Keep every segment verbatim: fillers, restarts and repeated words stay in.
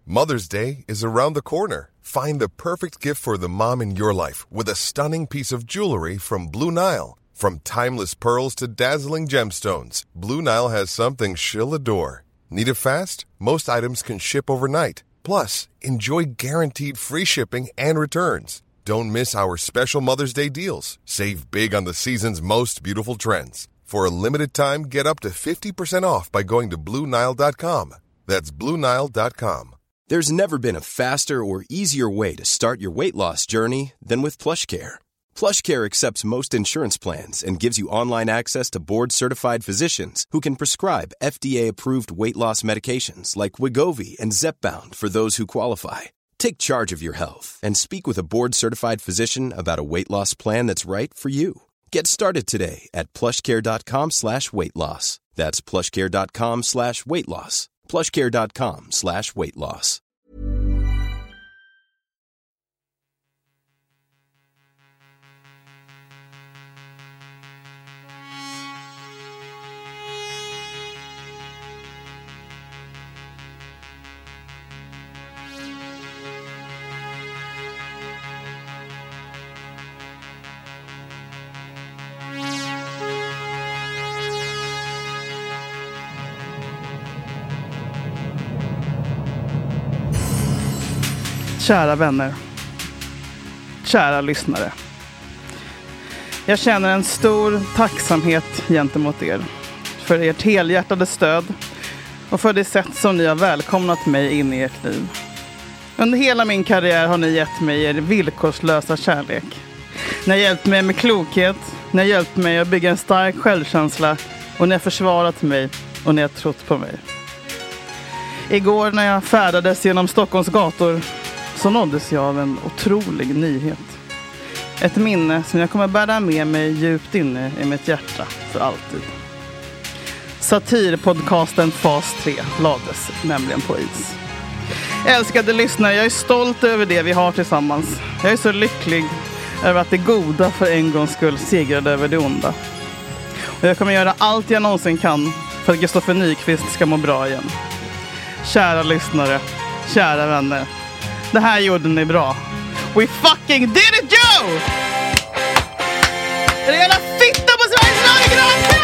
Mother's Day is around the corner. Find the perfect gift for the mom in your life with a stunning piece of jewelry from Blue Nile. From timeless pearls to dazzling gemstones, Blue Nile has something she'll adore. Need it fast? Most items can ship overnight. Plus, enjoy guaranteed free shipping and returns. Don't miss our special Mother's Day deals. Save big on the season's most beautiful trends. For a limited time, get up to fifty percent off by going to Blue Nile dot com. That's Blue Nile dot com. There's never been a faster or easier way to start your weight loss journey than with PlushCare. PlushCare accepts most insurance plans and gives you online access to board-certified physicians who can prescribe F D A-approved weight loss medications like Wegovy and Zepbound for those who qualify. Take charge of your health and speak with a board-certified physician about a weight loss plan that's right for you. Get started today at plushcare.com slash weight loss. That's plushcare.com slash weight loss. plushcare.com slash weight loss. Kära vänner, kära lyssnare. Jag känner en stor tacksamhet gentemot er för ert helhjärtade stöd och för det sätt som ni har välkomnat mig in i ert liv. Under hela min karriär har ni gett mig er villkorslösa kärlek. Ni har hjälpt mig med klokhet, ni har hjälpt mig att bygga en stark självkänsla och ni har försvarat mig och ni har trott på mig. Igår när jag färdades genom Stockholms gator så nåddes jag av en otrolig nyhet. Ett minne som jag kommer bära med mig djupt inne i mitt hjärta för alltid. Satirpodcasten Fas tre lades nämligen på is. Älskade lyssnare, jag är stolt över det vi har tillsammans. Jag är så lycklig över att det goda för en gångs skull segrade över det onda. Och jag kommer göra allt jag någonsin kan för att Kristoffer Nyqvist ska må bra igen. Kära lyssnare, kära vänner. Det här gjorde ni bra. We fucking did it, Joe! Är det jävla fitta på Sveriges Radio?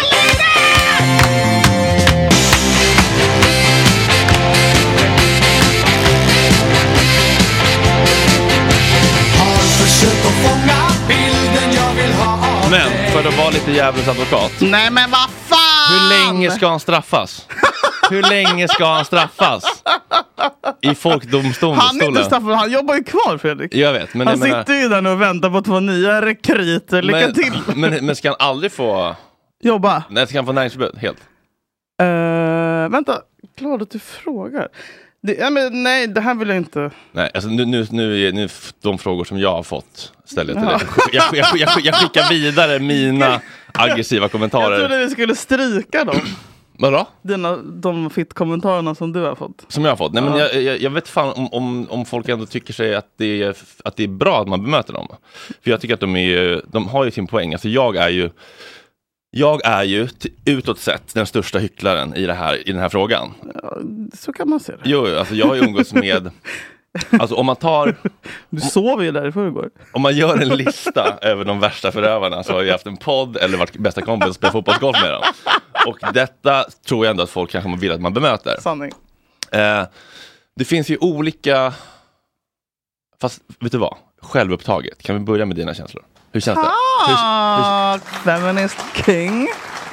Har försökt att fånga bilden jag vill ha. Men för att vara lite djävulens advokat. Nej men vad fan! Hur länge ska han straffas? Hur länge ska han straffas? I folkdomstolen. Han är inte straffad, han jobbar ju kvar, Fredrik. Jag vet, men han menar, sitter ju där nu och väntar på två nya rekryter. Lycka men, till. Men, men ska han aldrig få jobba? Nej, ska han få näringsförbud helt? Uh, vänta, glad att du frågar. Det, ja, men, nej, det här vill jag inte. Nej, alltså nu, nu, nu, nu de frågor som jag har fått ställer jag till ja. dig. Jag, jag, jag, jag skickar vidare mina aggressiva kommentarer. Jag trodde vi skulle stryka dem. Vadå? Dina, de fitt-kommentarerna som du har fått. Som jag har fått? Nej, ja. men jag, jag, jag vet fan om, om, om folk ändå tycker sig att det, är, att det är bra att man bemöter dem. För jag tycker att de, är, de har ju sin poäng. Alltså jag är ju Jag är ju t- utåt sett den största hycklaren i, det här, i den här frågan. Ja, så kan man se det. Jo, alltså jag har ju umgåtts med... Alltså om man tar... Du sov ju där i förrgår. Om man gör en lista över de värsta förövarna så har jag haft en podd eller varit bästa kompis och spelat fotbollsgolf med dem. Och detta tror jag ändå att folk kanske vill att man bemöter. Sanning. Eh, det finns ju olika... Fast vet du vad? Självupptaget. Kan vi börja med dina känslor? Hur känns det? Hur, hur... Feminist king.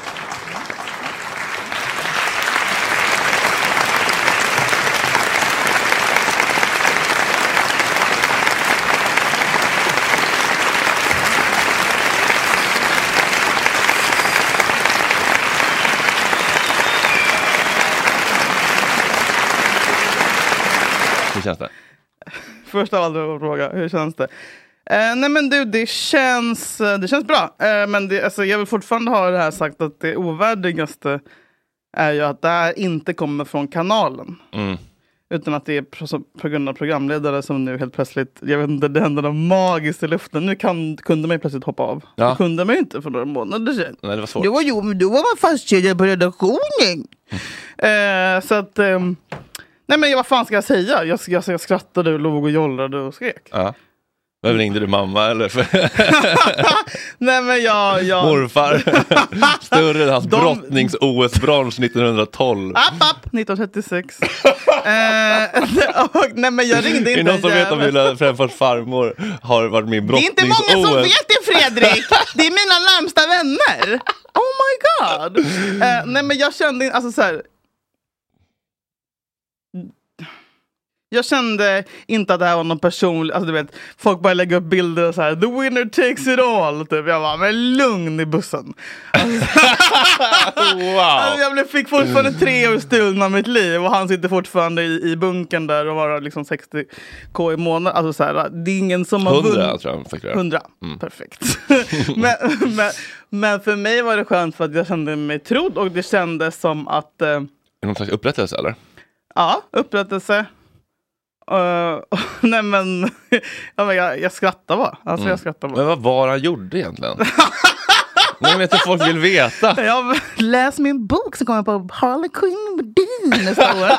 Hur känns det? Först av allt att fråga, hur känns det? Eh, nej men du, det känns, det känns bra. Eh, men det, alltså, jag vill fortfarande ha det här sagt att det ovärdigaste är ju att det här inte kommer från kanalen. Mm. Utan att det är på, på grund av programledare som nu helt plötsligt, jag vet inte, det händer något magiskt i luften. Nu kan, kunde man ju plötsligt hoppa av. Ja. Det kunde man ju inte för några månader sedan. Nej, det var svårt. Det var ju, då var man fastkedjad på redaktionen. Mm. Eh, så att... Eh, nej Nej men vad fan ska jag säga? Jag, jag, jag skrattade och låg och jollrade och skrek. Ja. Men ringde du mamma eller? Nej men jag... jag... Morfar. Större än hans De... brottnings-O S-brons nittonhundratolv. App, app, nittonhundratrettiosex. eh, och, nej men jag ringde inte. Är det någon som vet om mina Fränfors farmor har varit min brottnings-O S? Det är inte många som vet det, Fredrik. Det är mina närmsta vänner. Oh my god. Eh, nej men jag kände, alltså så här... Jag kände inte att det här var någon personlig... Alltså du vet, folk bara lägger upp bilder och så här, the winner takes it all. Typ. Jag var men lugn i bussen. Alltså, wow. Alltså, jag blev, fick fortfarande tre år stulna av mitt liv. Och han sitter fortfarande i, i bunken där och var liksom sextio k i månaden. Alltså så här, det är ingen som har vunnit. hundra tror jag fick det. hundra, mm. Perfekt. men, men, men för mig var det skönt för att jag kände mig trodd. Och det kändes som att... Eh, är det någon slags upprättelse eller? Ja, upprättelse. Uh, nej men ja, jag, jag skrattar bara. Alltså, mm. jag skrattar bara. Men vad var han gjorde egentligen? Nej, men jag folk vill veta. Jag läs min bok så kommer jag på Harley Quinn Bedin nästa år.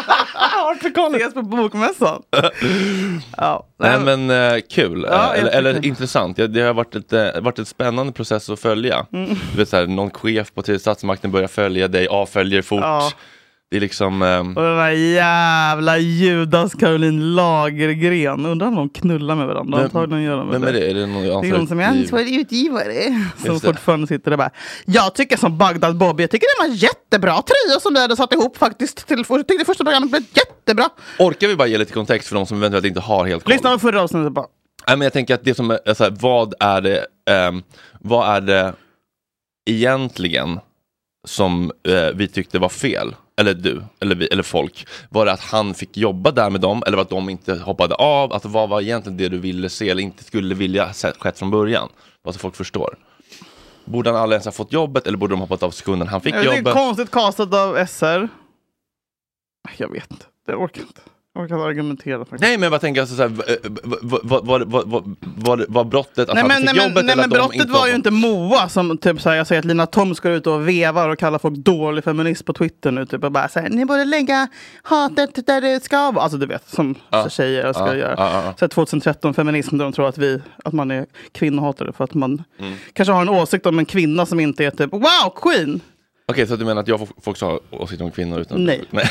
Ses på bokmässan. Ja, nej men uh, kul. Ja, eller, eller intressant. Det har varit ett, uh, varit ett spännande process att följa. Mm. Du vet så här, någon chef på statsmakten börjar följa dig, avföljer fort. Ja. Det är liksom... Um... Och den där jävla Judas Caroline Lagergren. Undrar om de knullar med varandra. Men, antagligen gör de med men det. det är det någon det är någon som är ansvarig utgivare. Som fortfarande sitter där bara. Jag tycker som Bagdad Bob. Jag tycker det var jättebra tröja som du hade satt ihop faktiskt. Till, jag tyckte det första programmet blev jättebra. Orkar vi bara ge lite kontext för de som eventuellt inte har helt koll? Lyssna på förra avsnittet bara. Nej, men jag tänker att det som är, alltså, vad är det um, vad är det egentligen som uh, vi tyckte var fel? Eller du, eller vi, eller folk. Var det att han fick jobba där med dem? Eller att de inte hoppade av? Alltså vad var egentligen det du ville se eller inte skulle vilja se skett från början? Vad så folk förstår. Borde han alla ens ha fått jobbet? Eller borde de hoppat av sekunden han fick det jobbet? Det är konstigt kastat av S R. Jag vet inte, det orkar inte. Jag kan argumentera faktiskt. Nej, men jag tänker alltså så här, vad var vad vad vad var brottet att nej, han men, fick nej, jobbet nej, eller men att brottet de inte var ju inte Moa som typ så här, jag säger att Lina Tom ska ut och vevar och kallar folk dålig feminist på Twitter nu typ och bara så här, ni borde lägga hatet där det ska vara. Alltså du vet som ja, tjejer ska ja, göra. Ja, ja. Så tjugohundratretton feminism där de tror att vi att man är kvinnohatare för att man mm. kanske har en åsikt om en kvinna som inte är typ wow, queen. Okej, så du menar att jag får folk har åsikter om kvinnor utan nej. Nej.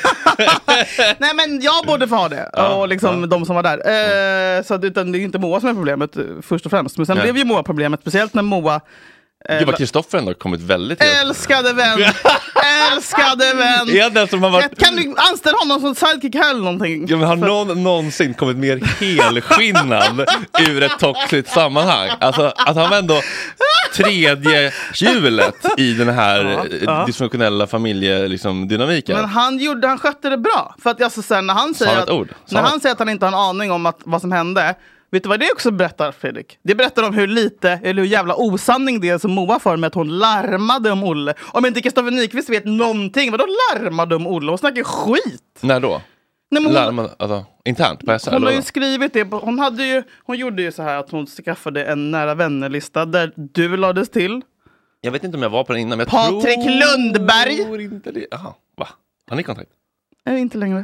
Nej men jag borde få ha det. Ja, och liksom ja. De som var där mm. eh, så att, utan det är inte Moa som är problemet först och främst. Men sen ja. Blev ju Moa problemet. Speciellt när Moa eh, Gud vad Kristoffer ändå har kommit väldigt älskade vän. Älskade vän. Är det som har varit... Kan du anställa honom som sidekick eller någonting? Ja, men har någon någonsin kommit mer helskinnad ur ett toxiskt sammanhang? Alltså att han ändå tredje hjulet i den här ja, ja. dysfunktionella familjedynamiken. Liksom, men han gjorde, han skötte det bra. För att alltså, sen när han säger att, när han säger att han inte har en aning om att, vad som hände. Vet du vad det också berättar, Fredrik? Det berättar om hur lite, eller hur jävla osanning det är som Moa för med att hon larmade om Olle. Om inte Kristoffer Nyqvist vet någonting, vadå larmade om Olle? Hon snackar skit. När då? Nej, hon, larmade, alltså, internt på S R? Hon har ju skrivit det. Hon, hade ju, hon gjorde ju så här att hon skaffade en nära vännerlista där du lades till. Jag vet inte om jag var på den innan. Men jag Patrik tror Lundberg. Inte det. Aha, va? Har ni kontakt? Nej, inte längre.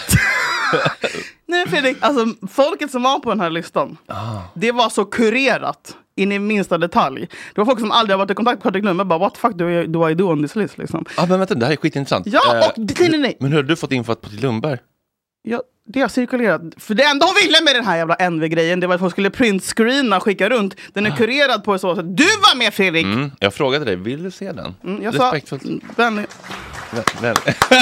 Nej, Fredrik. Alltså, folket som var på den här listan, ah. det var så kurerat in i minsta detalj. Det var folk som aldrig har varit i kontakt med Patrik Lundberg. Bara, what the fuck, du är, du är do on this list, liksom. Ja, ah, men vänta, det här är skitintressant. Ja, och nej, nej, nej. Men hur har du fått info att Patrik Lundberg? Ja, det har cirkulerat. För det enda hon ville med den här jävla N V-grejen, det var att hon skulle printscreena och skicka runt. Den är ah. kurerad på så sätt. Du var med, Fredrik! Mm, jag frågade dig, vill du se den? Mm, jag Respektfullt. sa... Vänlig. Väl.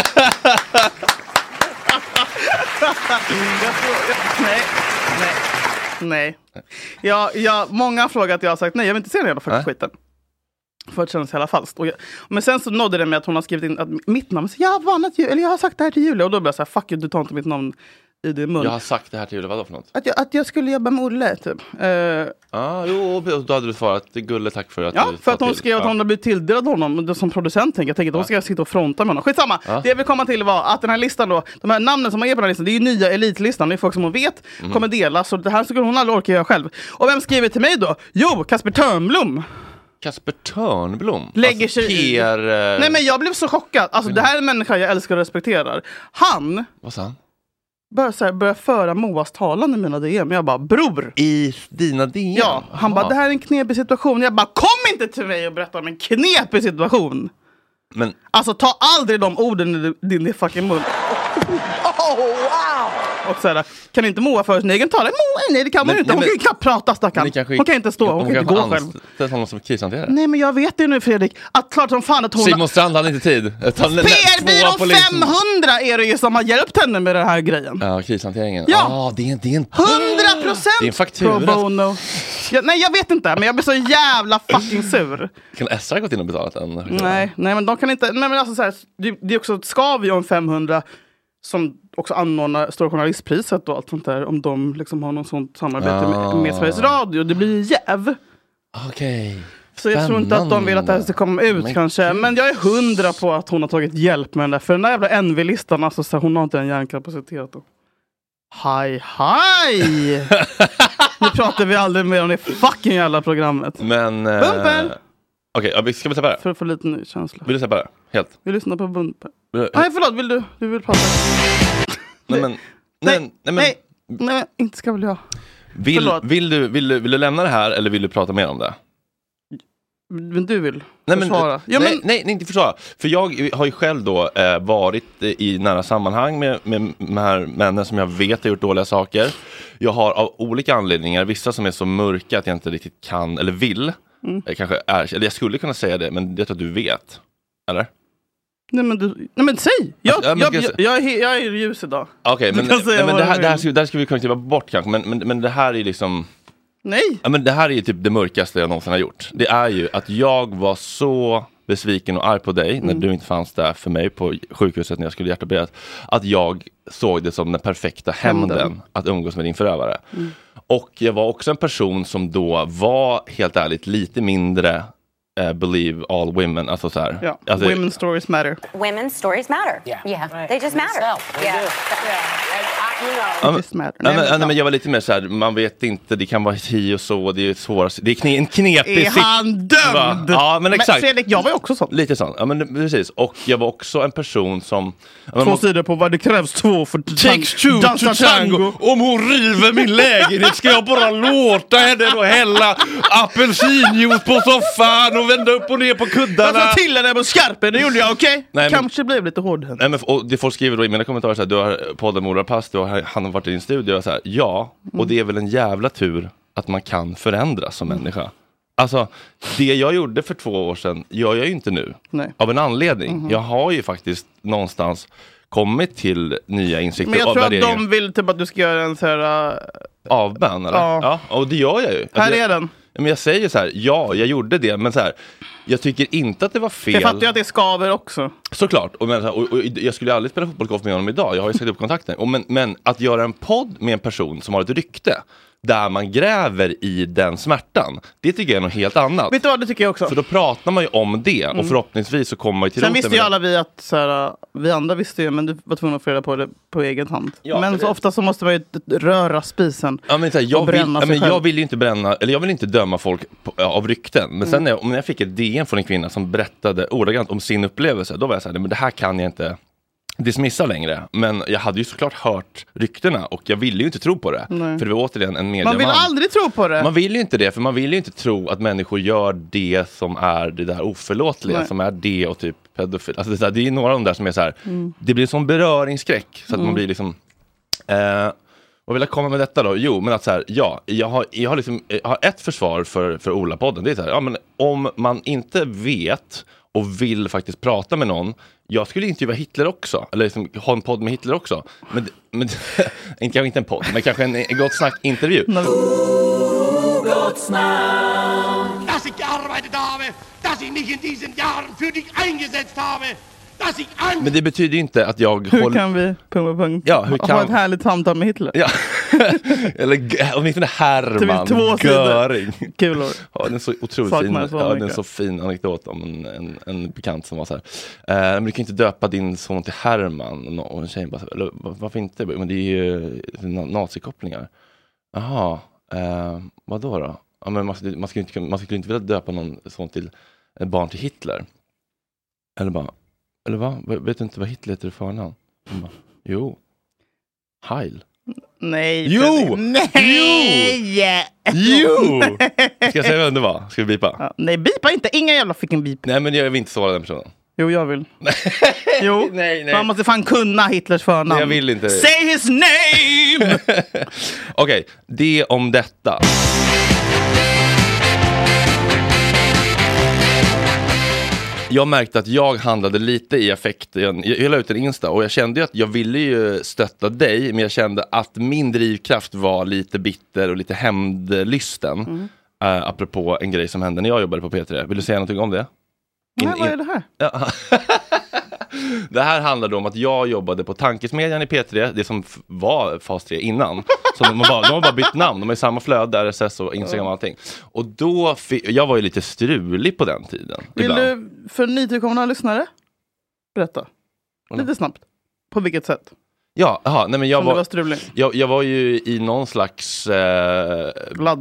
jag tror, jag, nej, nej, nej. Jag, jag, många har frågat, jag har sagt nej, jag vill inte se den jävla fucking skiten. För att det känns hela falskt. Och jag, men sen så nådde det med att hon har skrivit in att mitt namn, så jag har varnat, eller jag har sagt det här till Julia. Och då blev jag så här, fuck you, du tar inte mitt namn i din mun. Jag har sagt det här till Julia, vadå för något? Att jag, att jag skulle jobba med Olle, typ. Ja, uh, ah, jo, då hade du svarat, Gulle, tack för att ja, du för att hon till. skrev att hon hade blivit tilldelad honom som producent. Jag tänkte att då ska jag sitta och fronta med honom. Skitsamma, ja. Det jag vill komma till var att den här listan då, de här namnen som man ger på den här listan, det är ju nya elitlistan. Det är folk som hon vet mm. kommer dela, så det här skulle hon aldrig orka göra själv. Och vem skriver till mig då? Jo, Kasper Törnblom. Kasper Törnblom. Lägger alltså, sig P R, i. Nej, men jag blev så chockad. Alltså, det här är en människa jag älskar och respekterar. Han... Vad sa han? Börjar, så här, börjar föra Moas talan i mina D M. Jag bara, bror. I dina D M? Ja, han bara, det här är en knepig situation. Jag bara, kom inte till mig och berätta om en knepig situation. Men... Alltså, ta aldrig de orden i din, din fucking mun. Oh, wow! Och så här, kan inte Moa föra sin egen talan? Moa, nej, det kan men, hon inte. Hon nej, kan ju knappt prata, stackarn. Hon, hon kan inte stå, hon, hon kan inte gå själv. Det är någon som krishanterar. Nej, men jag vet ju nu, Fredrik, att klart som fan att hon... Simon Strand hade inte tid. P R-byrån femhundra är det ju som har hjälpt henne med den här grejen. Ja, krishanteringen. Ja, ah, det är, det är en... hundra procent Det är en faktura. Pro bono. Ja, nej, jag vet inte, men jag blir så jävla fucking sur. Kan S R gått in och betalat den? Nej, nej, men de kan inte... Nej, men alltså så här, det, det är också ett skav ju om femhundra som också anordnar Stora journalistpriset och allt sånt där, om de liksom har någon sånt samarbete ah. med, med Sveriges Radio. Det blir jäv. Okej. Okay. Så jag tror inte att de vill att det här ska komma ut men kanske. Gud. Men jag är hundra på att hon har tagit hjälp med den där. För den där jävla N V-listan, alltså, så hon har inte en hjärnkapacitet. Hej, hej! Nu pratar vi aldrig mer om det fucking jävla programmet. Men... Eh, Bumper! Okej, okay, ska vi släppa det? För att få lite ny känsla. Vill du släppa det? Helt? Vi lyssnar på Bumper. Vill... Nej, förlåt, vill du? Du vill prata? Nej, men... Nej, nej, men... nej, nej, inte ska väl jag. Vill, vill, du, vill, du, vill du lämna det här eller vill du prata mer om det? Men du vill nej, försvara? Men, ja, nej, men... nej, nej, inte försvara. För jag har ju själv då eh, varit i nära sammanhang med, med de här männen som jag vet har gjort dåliga saker. Jag har av olika anledningar, vissa som är så mörka att jag inte riktigt kan eller vill. Mm. Jag kanske är, eller jag skulle kunna säga det, men det är att du vet. Eller? Nej men, du, nej men säg! Jag, alltså, ja, men jag, jag, jag, är, jag är ljus idag. Okej, okay, men, nej, men det, här, det, här ska, det här ska vi kunna kliva bort kanske. Men, men, men det här är liksom... Nej! Ja, men det här är ju typ det mörkaste jag någonsin har gjort. Det är ju att jag var så besviken och arg på dig mm. när du inte fanns där för mig på sjukhuset när jag skulle hjärtopereras. Att jag såg det som den perfekta hämnden, hämnden. att umgås med din förövare. Mm. Och jag var också en person som då var helt ärligt lite mindre uh, believe all women. Alltså så här. Ja. Alltså, women's stories matter. Women's stories matter. Yeah, yeah. Right. They just matter. They yeah. do. Yeah. And I, you know. Ja, men, nej, men, nej, men jag var lite mer så här, man vet inte, det kan vara hi och så, det är svårt, det är kne, en knepig... Är han dömd? Ja, men exakt. Men Fredrik, jag var ju också sån. Lite sån, ja men precis. Och jag var också en person som... Två man, sidor på vad det krävs två för takes two to tango. Om hon river min lägenhet ska jag bara låta henne och hälla apelsinjuice på soffan och vända upp och ner på kuddarna. Jag sa till henne på skarpen, det gjorde jag, okej? Okay? Kanske blev lite hård. Nej, men och det folk skriver då i mina kommentarer så här, du har podden Morapass, du har, han har varit i din studio och så här, ja, och mm. det är väl en jävla tur att man kan förändras som mm. människa. Alltså, det jag gjorde för två år sedan gör jag ju inte nu. Nej. Av en anledning. Mm. Jag har ju faktiskt någonstans kommit till nya insikter. Men jag tror att de vill typ att du ska göra en så här... Uh... Avbön, eller? Ja. ja. Och det gör jag ju. Här alltså, är den. Men jag säger så här, ja, jag gjorde det, men så här, jag tycker inte att det var fel. Jag fattar ju att det skaver också. Såklart, och, men, och, och, och jag skulle aldrig spela fotbollsgolf med honom idag, jag har ju sagt upp kontakten. Och, men, men att göra en podd med en person som har ett rykte, där man gräver i den smärtan, det tycker jag är något helt annat. Vet du vad, det tycker jag också. För då pratar man ju om det, mm. och förhoppningsvis så kommer man ju till Sen visste ju alla vi att, så här, vi andra visste ju, men du var tvungen att få reda på det på egen hand. Ja, men så ofta så måste man ju röra spisen, ja, men, så här, jag och bränna vill, sig ja, men Jag vill ju inte bränna, eller jag vill inte döma folk på, ja, av rykten. Men mm. sen när jag, om jag fick ett D M från en kvinna som berättade ordagrant om sin upplevelse, då var jag så här, men det här kan jag inte dismissa längre, men jag hade ju såklart hört ryktena och jag ville ju inte tro på det. Nej. För det var återigen en medieman. Man vill aldrig tro på det. Man vill ju inte det, för man vill ju inte tro att människor gör det som är det där oförlåtliga, Nej. som är det och typ pedofil. Alltså det, där, det är några av de där som är så här, mm. det blir en sån beröringsskräck så att mm. man blir liksom eh, vad vill jag komma med detta då? Jo, men att så här, ja, jag har, jag har liksom jag har ett försvar för, för Ola-podden. Det är så här, ja men om man inte vet och vill faktiskt prata med någon. Jag skulle intervjua Hitler också. Eller liksom ha en podd med Hitler också. Men, men inte, inte en podd, men kanske en, en gott snack-intervju. Gott snack! Dass ich gearbeitet habe, dass ich mich in diesen Jahren för dig eingesetzt habe. Men det betyder inte att jag Hur håller... kan vi punkt på punkt ja, hur kan... ha ett härligt samtal med Hitler? Ja. Eller åtminstone Herman Göring. Kulor. Ja, den är så otroligt fin. Ja, den är så fin anekdot om en, en, en bekant som var så här. Eh, men du kan inte döpa din son till Herman. Och en tjej bara så här, varför inte? Men det är ju nazikopplingar. Jaha, eh, vad då då? ja, men man, man, skulle inte, man skulle inte vilja döpa någon sån till ett barn till Hitler. Eller bara, eller vad? Vet du inte vad Hitler heter i förnamn? Bara, jo. Heil. Nej. Jo! Nej! Jo! Ska jag säga vem det var? Ska vi bipa? Ja, nej, bipa inte. Inga jävla fick en bip. Nej, men jag vill inte såra den personen. Jo, jag vill. Jo, nej, nej. Man måste fan kunna Hitlers förnamn. Nej, jag vill inte. Say his name! Okej, okay, det om detta. Jag märkte att jag handlade lite i affekt. Jag, jag la ut en Insta och jag kände ju att jag ville ju stötta dig, men jag kände att min drivkraft var lite bitter och lite hämndlysten. Mm. Uh, apropå en grej som hände när jag jobbade på P tre. Vill du säga någonting om det? In, Nej, vad är det här? Ja. Det här handlade om att jag jobbade på Tankesmedjan i P tre, det som f- var Fas tre innan. Så de har, bara, de har bara bytt namn, de är i samma flöde, R S S och Instagram och allting. Och då, f- jag var ju lite strulig på den tiden. Vill ibland. du för nytillkomna lyssnare berätta? Lite snabbt. På vilket sätt? Ja, aha, nej men jag Som var, var jag, jag var ju i någon slags eh,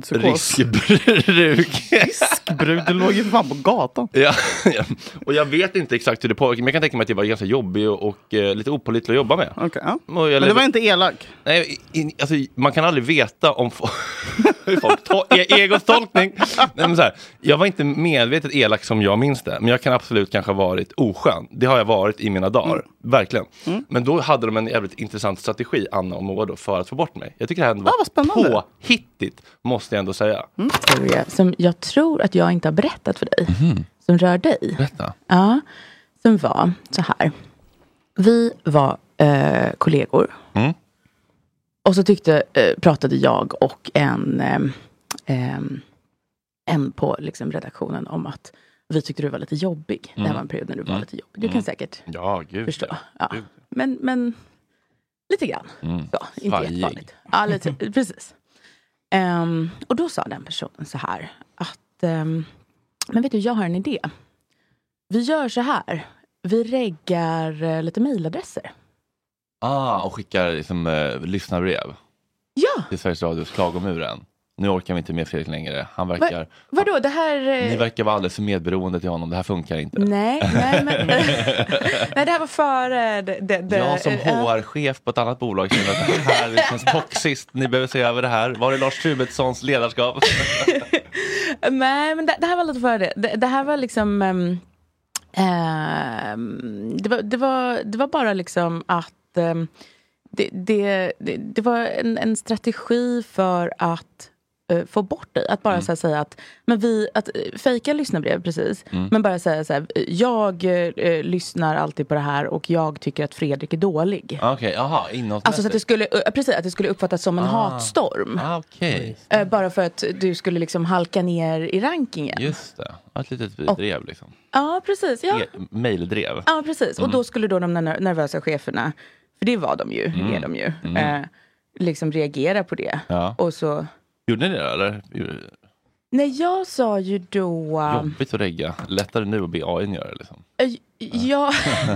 riskbruk. Riskbruk? Du låg ju fan på gatan. Ja, ja, och jag vet inte exakt hur det påverkar, men jag kan tänka mig att det var ganska jobbig och, och eh, lite opålitlig att jobba med. Okay, ja. Men lev- det var inte elak? Nej, in, alltså, man kan aldrig veta om folk, folk to- e- egos tolkning. Nej, men så här, jag var inte medvetet elak som jag minns det, men jag kan absolut kanske ha varit oskön. Det har jag varit i mina dagar, mm. verkligen. Mm. Men då hade de en jävligt intressant strategi, Anna och Moa då, för att få bort mig. Jag tycker det här var ah, påhittigt, måste jag ändå säga. Mm. Som jag tror att jag inte har berättat för dig. Mm. Som rör dig. Berätta. Ja, som var så här. Vi var eh, kollegor. Mm. Och så tyckte, eh, pratade jag och en, eh, eh, en på liksom, redaktionen om att vi tyckte du var lite jobbig. Mm. Det här var en period när du var mm. lite jobbig. Du kan säkert ja, gud, förstå. Ja. Gud. Men, men lite grann. Mm. Så, inte Svajig. jättevanligt. Ja, lite, precis. Um, och då sa den personen så här att um, men vet du, jag har en idé. Vi gör så här. Vi reggar uh, lite mejladresser. Ah, och skickar liksom uh, lyssnarbrev. Ja. Till Sveriges Radios klagomuren. Nu orkar vi inte med Fredrik längre. Han verkar... Va, vadå, det här... Ni verkar vara alldeles för medberoende till honom. Det här funkar inte. Nej, nej men... nej, det här var före... Det, det, det, jag som H R-chef på ett annat bolag känner att det här det känns toxiskt. Ni behöver se över det här. Var är Lars Trubetssons ledarskap? nej, men det, det här var lite före det. Det, det här var liksom... Um, um, det, var, det, var, det var bara liksom att... Um, det, det, det, det var en, en strategi för att få bort dig. Att bara mm. så här, säga att men vi, att fejka lyssnarbrev precis. Mm. Men bara säga så här, jag eh, lyssnar alltid på det här och jag tycker att Fredrik är dålig. Okej, okay, aha, inåt. Alltså så att det skulle uh, precis att det skulle uppfattas som en ah. hatstorm. Ah, okej. Okay. Uh, bara för att du skulle liksom halka ner i rankingen. Just det. Ett litet drev liksom. Ja, precis. Ja. E- maildrev. Ja, precis. Mm. Och då skulle då de ner- nervösa cheferna, för det var de ju, mm. är de ju, mm. eh, liksom reagera på det. Ja. Och så gjorde ni det eller? Nej, jag sa ju då... Jobbigt att regga. Lättare nu att be A I göra det liksom. Uh, ja.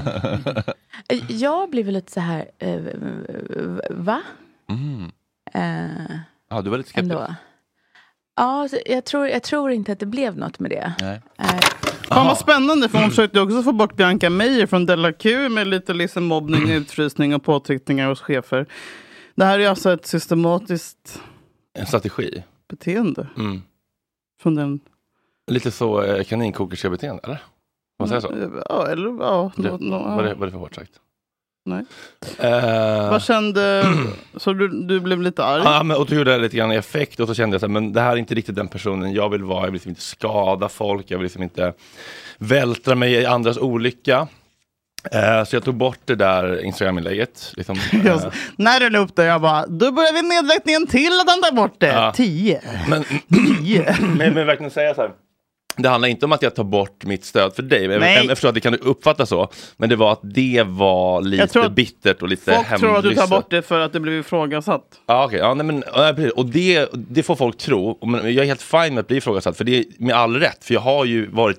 jag blev lite så här... Uh, va? Mm. Uh, ja, du var lite skeptisk. Ändå. Ja, jag tror, jag tror inte att det blev något med det. Nej. Uh, Fan vad spännande, för hon försökte också få bort Bianca Meijer från Della Q med lite liksom mobbning, utfrysning och påtryckningar hos chefer. Det här är alltså ett systematiskt... En strategi. Beteende. Mm. Från den... Lite så eh, kaninkokerska beteende, eller? Vad säger så? Ja, eller ja. Det, no, no, var, det, var det för hårt sagt? Nej. Uh, Vad kände... så du, du blev lite arg? Ja, men, och då gjorde jag lite grann i effekt. Och så kände jag så här, men det här är inte riktigt den personen jag vill vara. Jag vill liksom inte skada folk. Jag vill liksom inte vältra mig i andras olycka. Uh, så jag tog bort det där Instagram-inlägget. Liksom, uh. jag, när du la upp det, jag bara, då börjar vi nedräkningen till att han tar bort det. Ja. Tio. Men, men, men verkligen säga så här. Det handlar inte om att jag tar bort mitt stöd för dig. Men jag, jag förstår att det kan uppfattas så. Men det var att det var lite bittert och lite hemligt. Folk tror att du tar bort det för att det blev ifrågasatt. Ja, okej. Okay. Ja, nej, men, och det, det får folk tro. Men jag är helt fine med att bli ifrågasatt. För det är med all rätt. För jag har ju varit jätte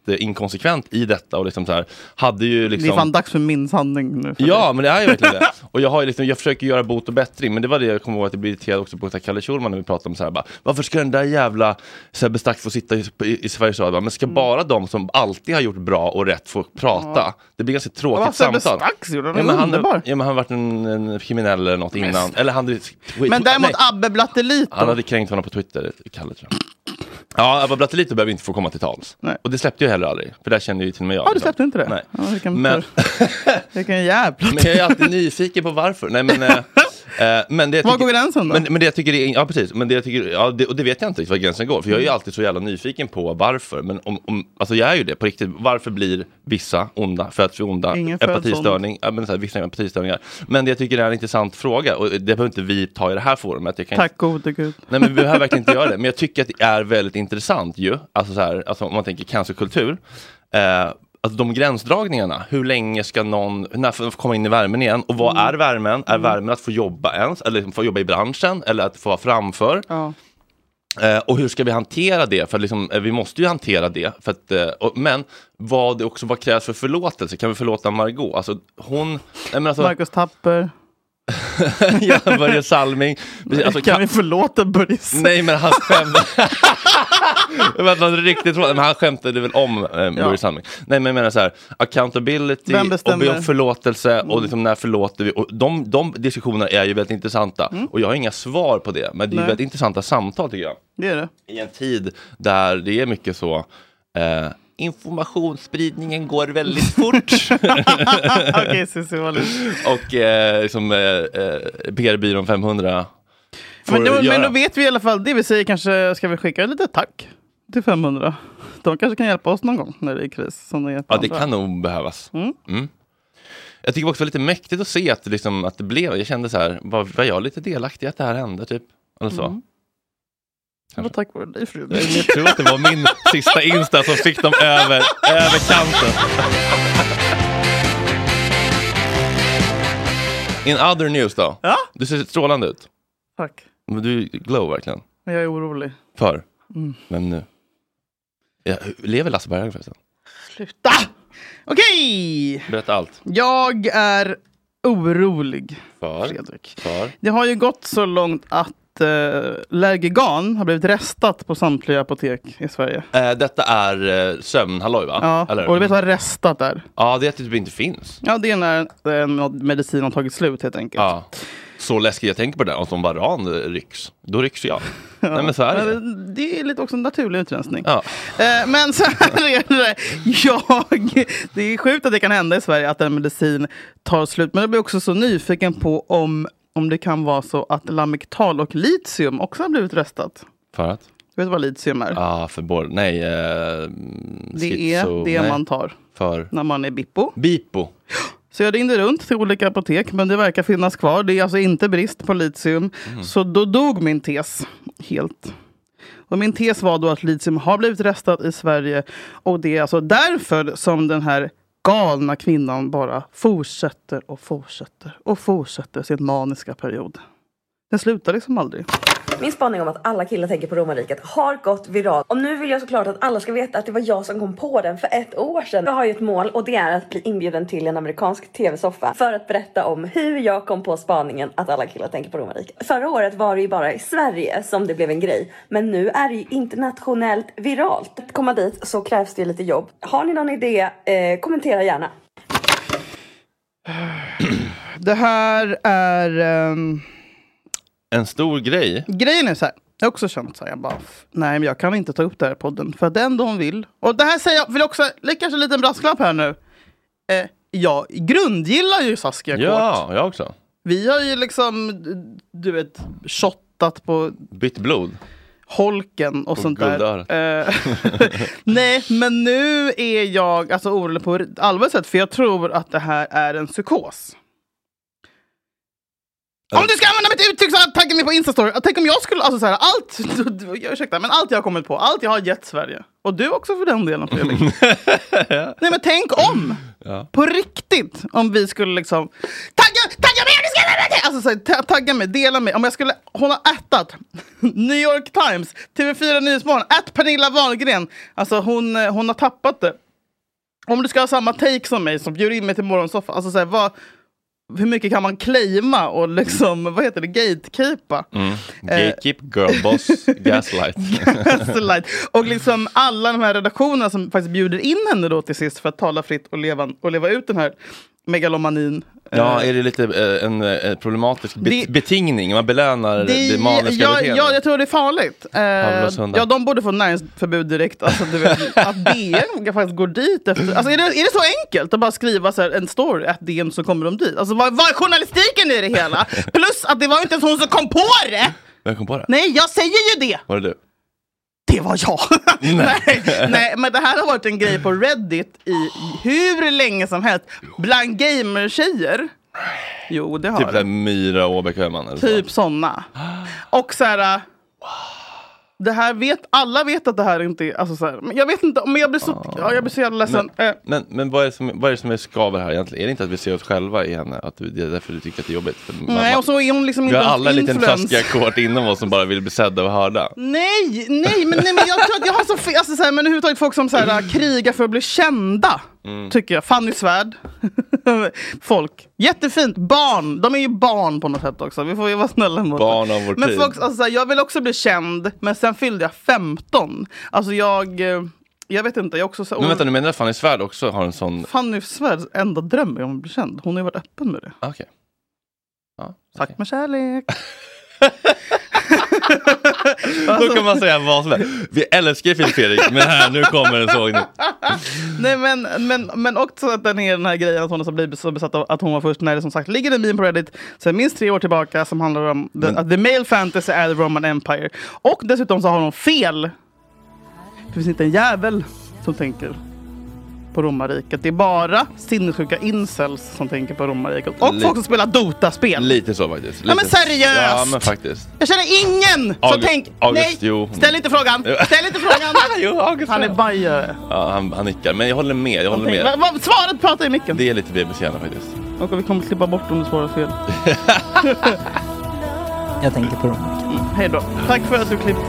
eh, inkonsekvent i detta och liksom så här, hade ju liksom... Det är fan dags för min sanning nu. Ja, det. Men det är ju verkligen det. Och jag har ju liksom, jag försöker göra bot och bättring, men det var det jag kommer ihåg att jag blev irriterad också på Kalle Schulman när vi pratade om så här, bara, varför ska den där jävla Sebbe Stax få sitta i, i, i Sveriges Radio? Men ska mm. bara de som alltid har gjort bra och rätt få prata? Ja. Det blir ganska tråkigt ja, samtal. Sebbe Stax gjorde ja, men han, ja, men han har varit en, en kriminell eller något innan. Mest. Eller han... Men däremot Abbe Blattelito. Han hade kränkt honom på Twitter, Kalle, tror jag. Ja, Abbe Blattelito behöver inte få komma till tals. Nej. Och det släppte jag heller aldrig. För där kände ju till och med jag. Ja, du släppte inte det? Nej. Ja, det kan men... det kan jävla. Men jag är alltid nyfiken på varför. Nej, men... Eh, men det var går gränsen då? Men, men det jag tycker är, ja precis, men det jag tycker, ja, det, och det vet jag inte riktigt var gränsen går, för jag är ju alltid så jävla nyfiken på varför, men om, om alltså jag är ju det på riktigt, varför blir vissa onda, föds vi onda, empatistörning, ja, men så här, vissa empatistörningar, men det jag tycker är en intressant fråga, och det behöver inte vi ta i det här forumet. Jag kan Tack inte, gode gud. Nej, men vi behöver verkligen inte göra det, men jag tycker att det är väldigt intressant ju, alltså så här, alltså om man tänker cancerkultur, eh, alltså de gränsdragningarna, hur länge ska någon, när får komma in i värmen igen, och vad är värmen? Är värmen att få jobba ens, eller få jobba i branschen, eller att få vara framför? Ja. Eh, och hur ska vi hantera det? För liksom, eh, vi måste ju hantera det, för att, eh, och, men vad det också, vad krävs för förlåtelse? Kan vi förlåta Margot? Alltså hon... Nej, men alltså, Marcus Tapper. Ja, Börje Salming. Alltså, kan, kan vi förlåta Börje Salming? Nej, men han skämtade. Men riktigt tråkigt, men han skämtade väl om eh, Börje ja. Salming. Nej, men jag menar så här, accountability och be om förlåtelse mm. och liksom när förlåter vi, och de, de diskussionerna är ju väldigt intressanta mm. och jag har inga svar på det, men det är väldigt intressanta samtal tycker jag. Det är det. I en tid där det är mycket så eh, informationsspridningen går väldigt fort. Okej, så så och eh, liksom eh, P R-byrån femhundra. Men då, men då vet vi i alla fall, det vill säga kanske ska vi skicka lite tack till femhundra. De kanske kan hjälpa oss någon gång när det är kris. Som de ja, det andra. Kan nog behövas. Mm. Mm. Jag tycker också det var lite mäktigt att se att det, liksom, att det blev, jag kände så här, var, var jag lite delaktig att det här hände typ? Eller så. Mm. Det var tack vare dig, fru. Jag tror att det var min sista Insta som fick dem över, över kanten. In other news då. Ja? Du ser strålande ut. Tack. Men du glow verkligen. Men jag är orolig. För? Mm. Men nu. Jag lever Lasse Berghagen förresten? Sluta! Okej! Berätta allt. Jag är orolig. För? Fredrik. För? Det har ju gått så långt att Uh, Lergigan har blivit restat på samtliga apotek i Sverige. Uh, detta är uh, sömnhalloj va? Ja, eller? Och du vet vad restat är? Ja, det är att det typ inte finns. Ja, det är när en medicin har tagit slut helt enkelt. Ja. Så läskigt, jag tänker på det. Om som varann rycks, då rycks jag. Ja. Nej, men så är det. Det är lite också en naturlig utrensning. Ja. Uh, men så här är det. Jag, det är sjukt att det kan hända i Sverige att en medicin tar slut. Men jag blir också så nyfiken på om Om det kan vara så att Lamictal och litium också har blivit restat. För att? Du vet vad litium är? Ja, ah, för både, nej. Eh, det är det nej. man tar. För? När man är bippo. Bippo? Så jag ringde runt till olika apotek, men det verkar finnas kvar. Det är alltså inte brist på litium. Mm. Så då dog min tes helt. Och min tes var då att litium har blivit restat i Sverige. Och det är alltså därför som den här galna kvinnan bara fortsätter och fortsätter och fortsätter sin maniska period. Den slutar liksom aldrig. Min spaning om att alla killar tänker på romarriket har gått viralt. Och nu vill jag såklart att alla ska veta att det var jag som kom på den för ett år sedan. Jag har ju ett mål och det är att bli inbjuden till en amerikansk tv-soffa för att berätta om hur jag kom på spaningen att alla killar tänker på romarriket. Förra året var det ju bara i Sverige som det blev en grej. Men nu är det ju internationellt viralt. Att komma dit så krävs det lite jobb. Har ni någon idé? Eh, kommentera gärna. Det här är... Um... En stor grej. Grejen är så här. Jag har också känt så här. Jag bara, nej men jag kan inte ta upp det här i podden. För det är ändå hon vill. Och det här säger jag, vill också, kanske en liten brasklapp här nu. Eh, jag grundgillar ju Saskia Kort. Ja, jag också. Vi har ju liksom, du vet, shottat på... Bytt blod. Holken och, och sånt där. Eh, nej, men nu är jag alltså orolig på allvarligt sätt. För jag tror att det här är en psykos. Om du ska använda mitt uttryck så tagga mig på Instastory. Tänk om jag skulle, alltså så här, allt, ursäkta, men allt jag har kommit på, allt jag har gett Sverige. Och du också för den delen, Fredrik. Ja. Nej men tänk om, ja. På riktigt, om vi skulle liksom, tagga, tagga mig om du ska använda mitt alltså så här, tagga mig, dela mig. Om jag skulle, hon har ätat New York Times, T V fyra Nyhetsmorgon, ät Pernilla Wahlgren. Alltså hon, hon har tappat det. Om du ska ha samma take som mig som bjuder in mig till morgonsoffa, alltså så här, vad, hur mycket kan man claima och liksom, vad heter det, gatekeepa? Mm. Gatekeep, girlboss, gaslight. Gaslight. Och liksom alla de här redaktionerna som faktiskt bjuder in henne då till sist för att tala fritt och leva, och leva ut den här megalomanin. Ja, är det lite eh, en eh, problematisk bet- det, betingning? Man belönar det, det maniska ja, beteendet. Ja, jag tror det är farligt. Eh, ja, de borde få näringsförbud direkt. Alltså, du vet, att D N faktiskt går dit efter. Alltså, är det, är det så enkelt att bara skriva så här, en story att D N så kommer de dit? Alltså, vad, vad är journalistiken i det hela? Plus att det var inte ens hon som kom på det. Vem kom på det? Nej, jag säger ju det. Var det du? Det var jag. nej, nej, men det här har varit en grej på Reddit i hur länge som helst. Bland gamer-tjejer. Jo, det har typ det. Typ Myra Åbäck-Öhman. Typ sådana. Och så här... Det här vet, alla vet att det här inte är, alltså så här, men jag vet inte, men jag blir så, ah. ja, jag blir så jävla ledsen. Men, men, men vad, är det som, vad är det som är skaver här egentligen? Är det inte att vi ser oss själva i henne? Att det är därför du tycker att det är jobbigt? För nej, man, och så är hon liksom vi inte har alla en liten influens. taskiga kort inom oss som bara vill bli sedda och hörda. Nej, nej, men, nej, men jag tror att jag har så fel, alltså så här, men överhuvudtaget folk som så här, mm. krigar för att bli kända. Mm. Tycker jag, Fanny Svärd. Folk, jättefint, barn. De är ju barn på något sätt också. Vi får ju vara snälla mot barn av vår men tid. Folk, alltså, jag vill också bli känd. Men sen fyllde jag femton. Alltså jag Jag vet inte, jag också så, men vänta, du menar att Fanny Svärd också har en sån... Fanny Svärds enda dröm är om att bli känd. Hon har ju varit öppen med det. Okej okay. Ja, tack okay. med kärlek. Då kan man säga vad som är. Vi älskar Filip Fredrik, men här, nu kommer en sågning. Nej, men, men, men också att den är den här grejen att hon har blivit så besatt av att hon var först när det som sagt ligger en meme på Reddit sen minst tre år tillbaka som handlar om the, men... the male fantasy är the Roman Empire. Och dessutom så har hon fel. Det finns inte en jävel som tänker på romarriket. Det är bara sinnessjuka incels som tänker på romarriket. Och Lite. folk som spelar Dota-spel. Lite så faktiskt. Lite. Ja, men seriöst! Ja, men faktiskt. Jag känner ingen August, som tänker... August, nej, jo. ställ inte frågan. Ställ inte frågan. jo, August, han är bajare. Ja, han, han nickar. Men jag håller med. Jag håller med. Va, va, svaret pratar i micken. Det är lite B B C faktiskt. Och vi kommer klippa bort om du svarar fel. jag tänker på dem. Mm, hej då. Tack för att du klippte.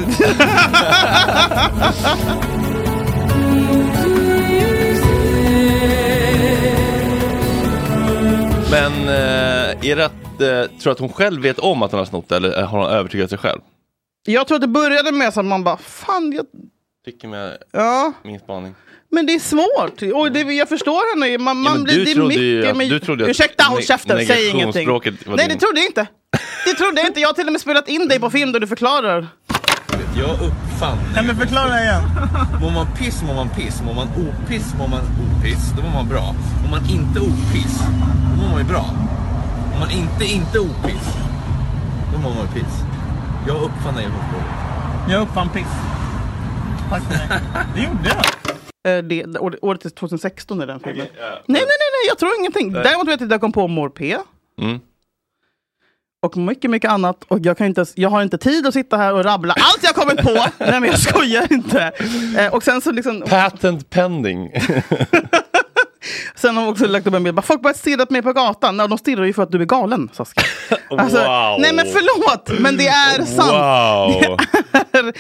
Men äh, är det att, äh, tror att hon själv vet om att hon har snott eller har hon övertygat sig själv? Jag tror att det började med så att man bara, fan jag... Tycker med ja. min spaning. Men det är svårt. Och det, jag förstår henne. Man, man ja, blir, det är mycket... Att, men, du trodde ursäkta, håll käften, säg ingenting. Nej, din... det trodde jag inte. Det trodde jag inte. Jag har till och med spelat in dig på film där du förklarar. Jag uppfann... Nej, men förklara igen. Mår man piss, mår man piss. Mår man opiss, mår man opiss. Då mår man bra. Mår man inte opiss, då mår man ju bra. Om man inte inte opiss, då mår man ju piss. Jag uppfann det. Jag uppfann piss. Tack för det. Det gjorde jag. Det, året är tjugohundrasexton i den filmen. Okay, yeah. nej, nej, nej, nej, jag tror ingenting. Nej. Däremot vet jag att jag kom på Mor P. Mm. Och mycket, mycket annat. Och jag, kan inte, jag har inte tid att sitta här och rabbla allt jag kommit på. Nej, men jag skojar inte. Eh, och sen så liksom... Patent pending. Sen har de också lagt upp en bild. Folk börjar stirra på mig på gatan. Nej, de stirrar ju för att du är galen, Saskia. Alltså, wow. Nej, men förlåt. Men det är sant. Wow. Det är...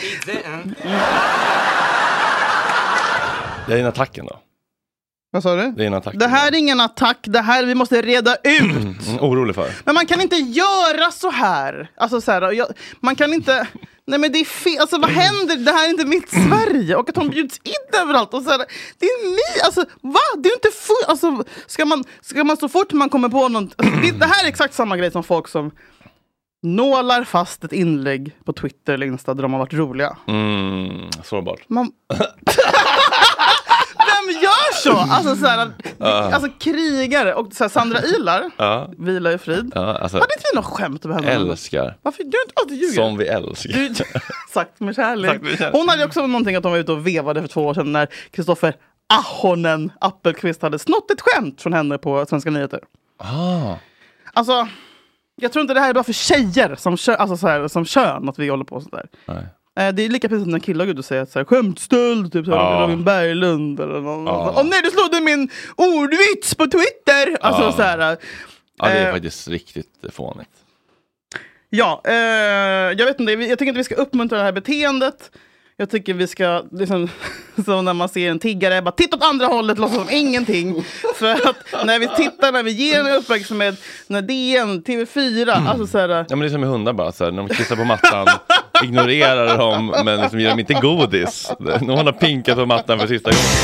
Det är en attacken då. Vad sa du? Det är en attack. Det här är ingen attack. Det här vi måste reda ut. Mm, orolig för. Men man kan inte göra så här. Alltså så här, jag, man kan inte... Nej, men det är fel. Alltså vad händer? Det här är inte mitt Sverige. Och att hon bjuds in överallt. Och så här, det är ni. Alltså va? Det är inte full... Alltså ska man, ska man så fort man kommer på något... Alltså, det, det här är exakt samma grej som folk som nålar fast ett inlägg på Twitter eller Insta där de har varit roliga. Mm, sårbart. Man... Vem gör så? Alltså, så här, uh. alltså krigare. Och så här, Sandra Ilar, uh. vila i frid. Uh, alltså, hade inte vi något skämt över henne? Älskar. Varför? Du är inte alltid ljuger. Som vi älskar. Du, sagt med kärlek. Sagt med kärlek. Hon hade också någonting att hon var ute och vevade för två år sedan när Kristoffer Ahonen Appelqvist hade snott ett skämt från henne på Svenska nyheter. Ah. Alltså, jag tror inte det här är bara för tjejer som, kö, alltså så här, som kön att vi håller på sådär. Nej. Det är lika precis när killar går ut och säger att så här, skämtstöld, typ ja. Robin Berglund eller någon. Ja. Om nej, du slog min ordvits på Twitter. Alltså ja. så här. Ja, det är Eh, faktiskt riktigt fånigt. Ja, eh, jag vet inte, jag tycker inte vi ska uppmuntra det här beteendet. Jag tycker vi ska, liksom, som när man ser en tiggare, bara titta åt andra hållet, låtsas som ingenting. För att när vi tittar, när vi ger en uppmärksamhet, när D N, T V fyra, mm. alltså så här. Ja, men det är som med hundar bara, så här, när de kissar på mattan, ignorerar dem, men liksom ger dem inte godis. Någon har pinkat på mattan för sista gången.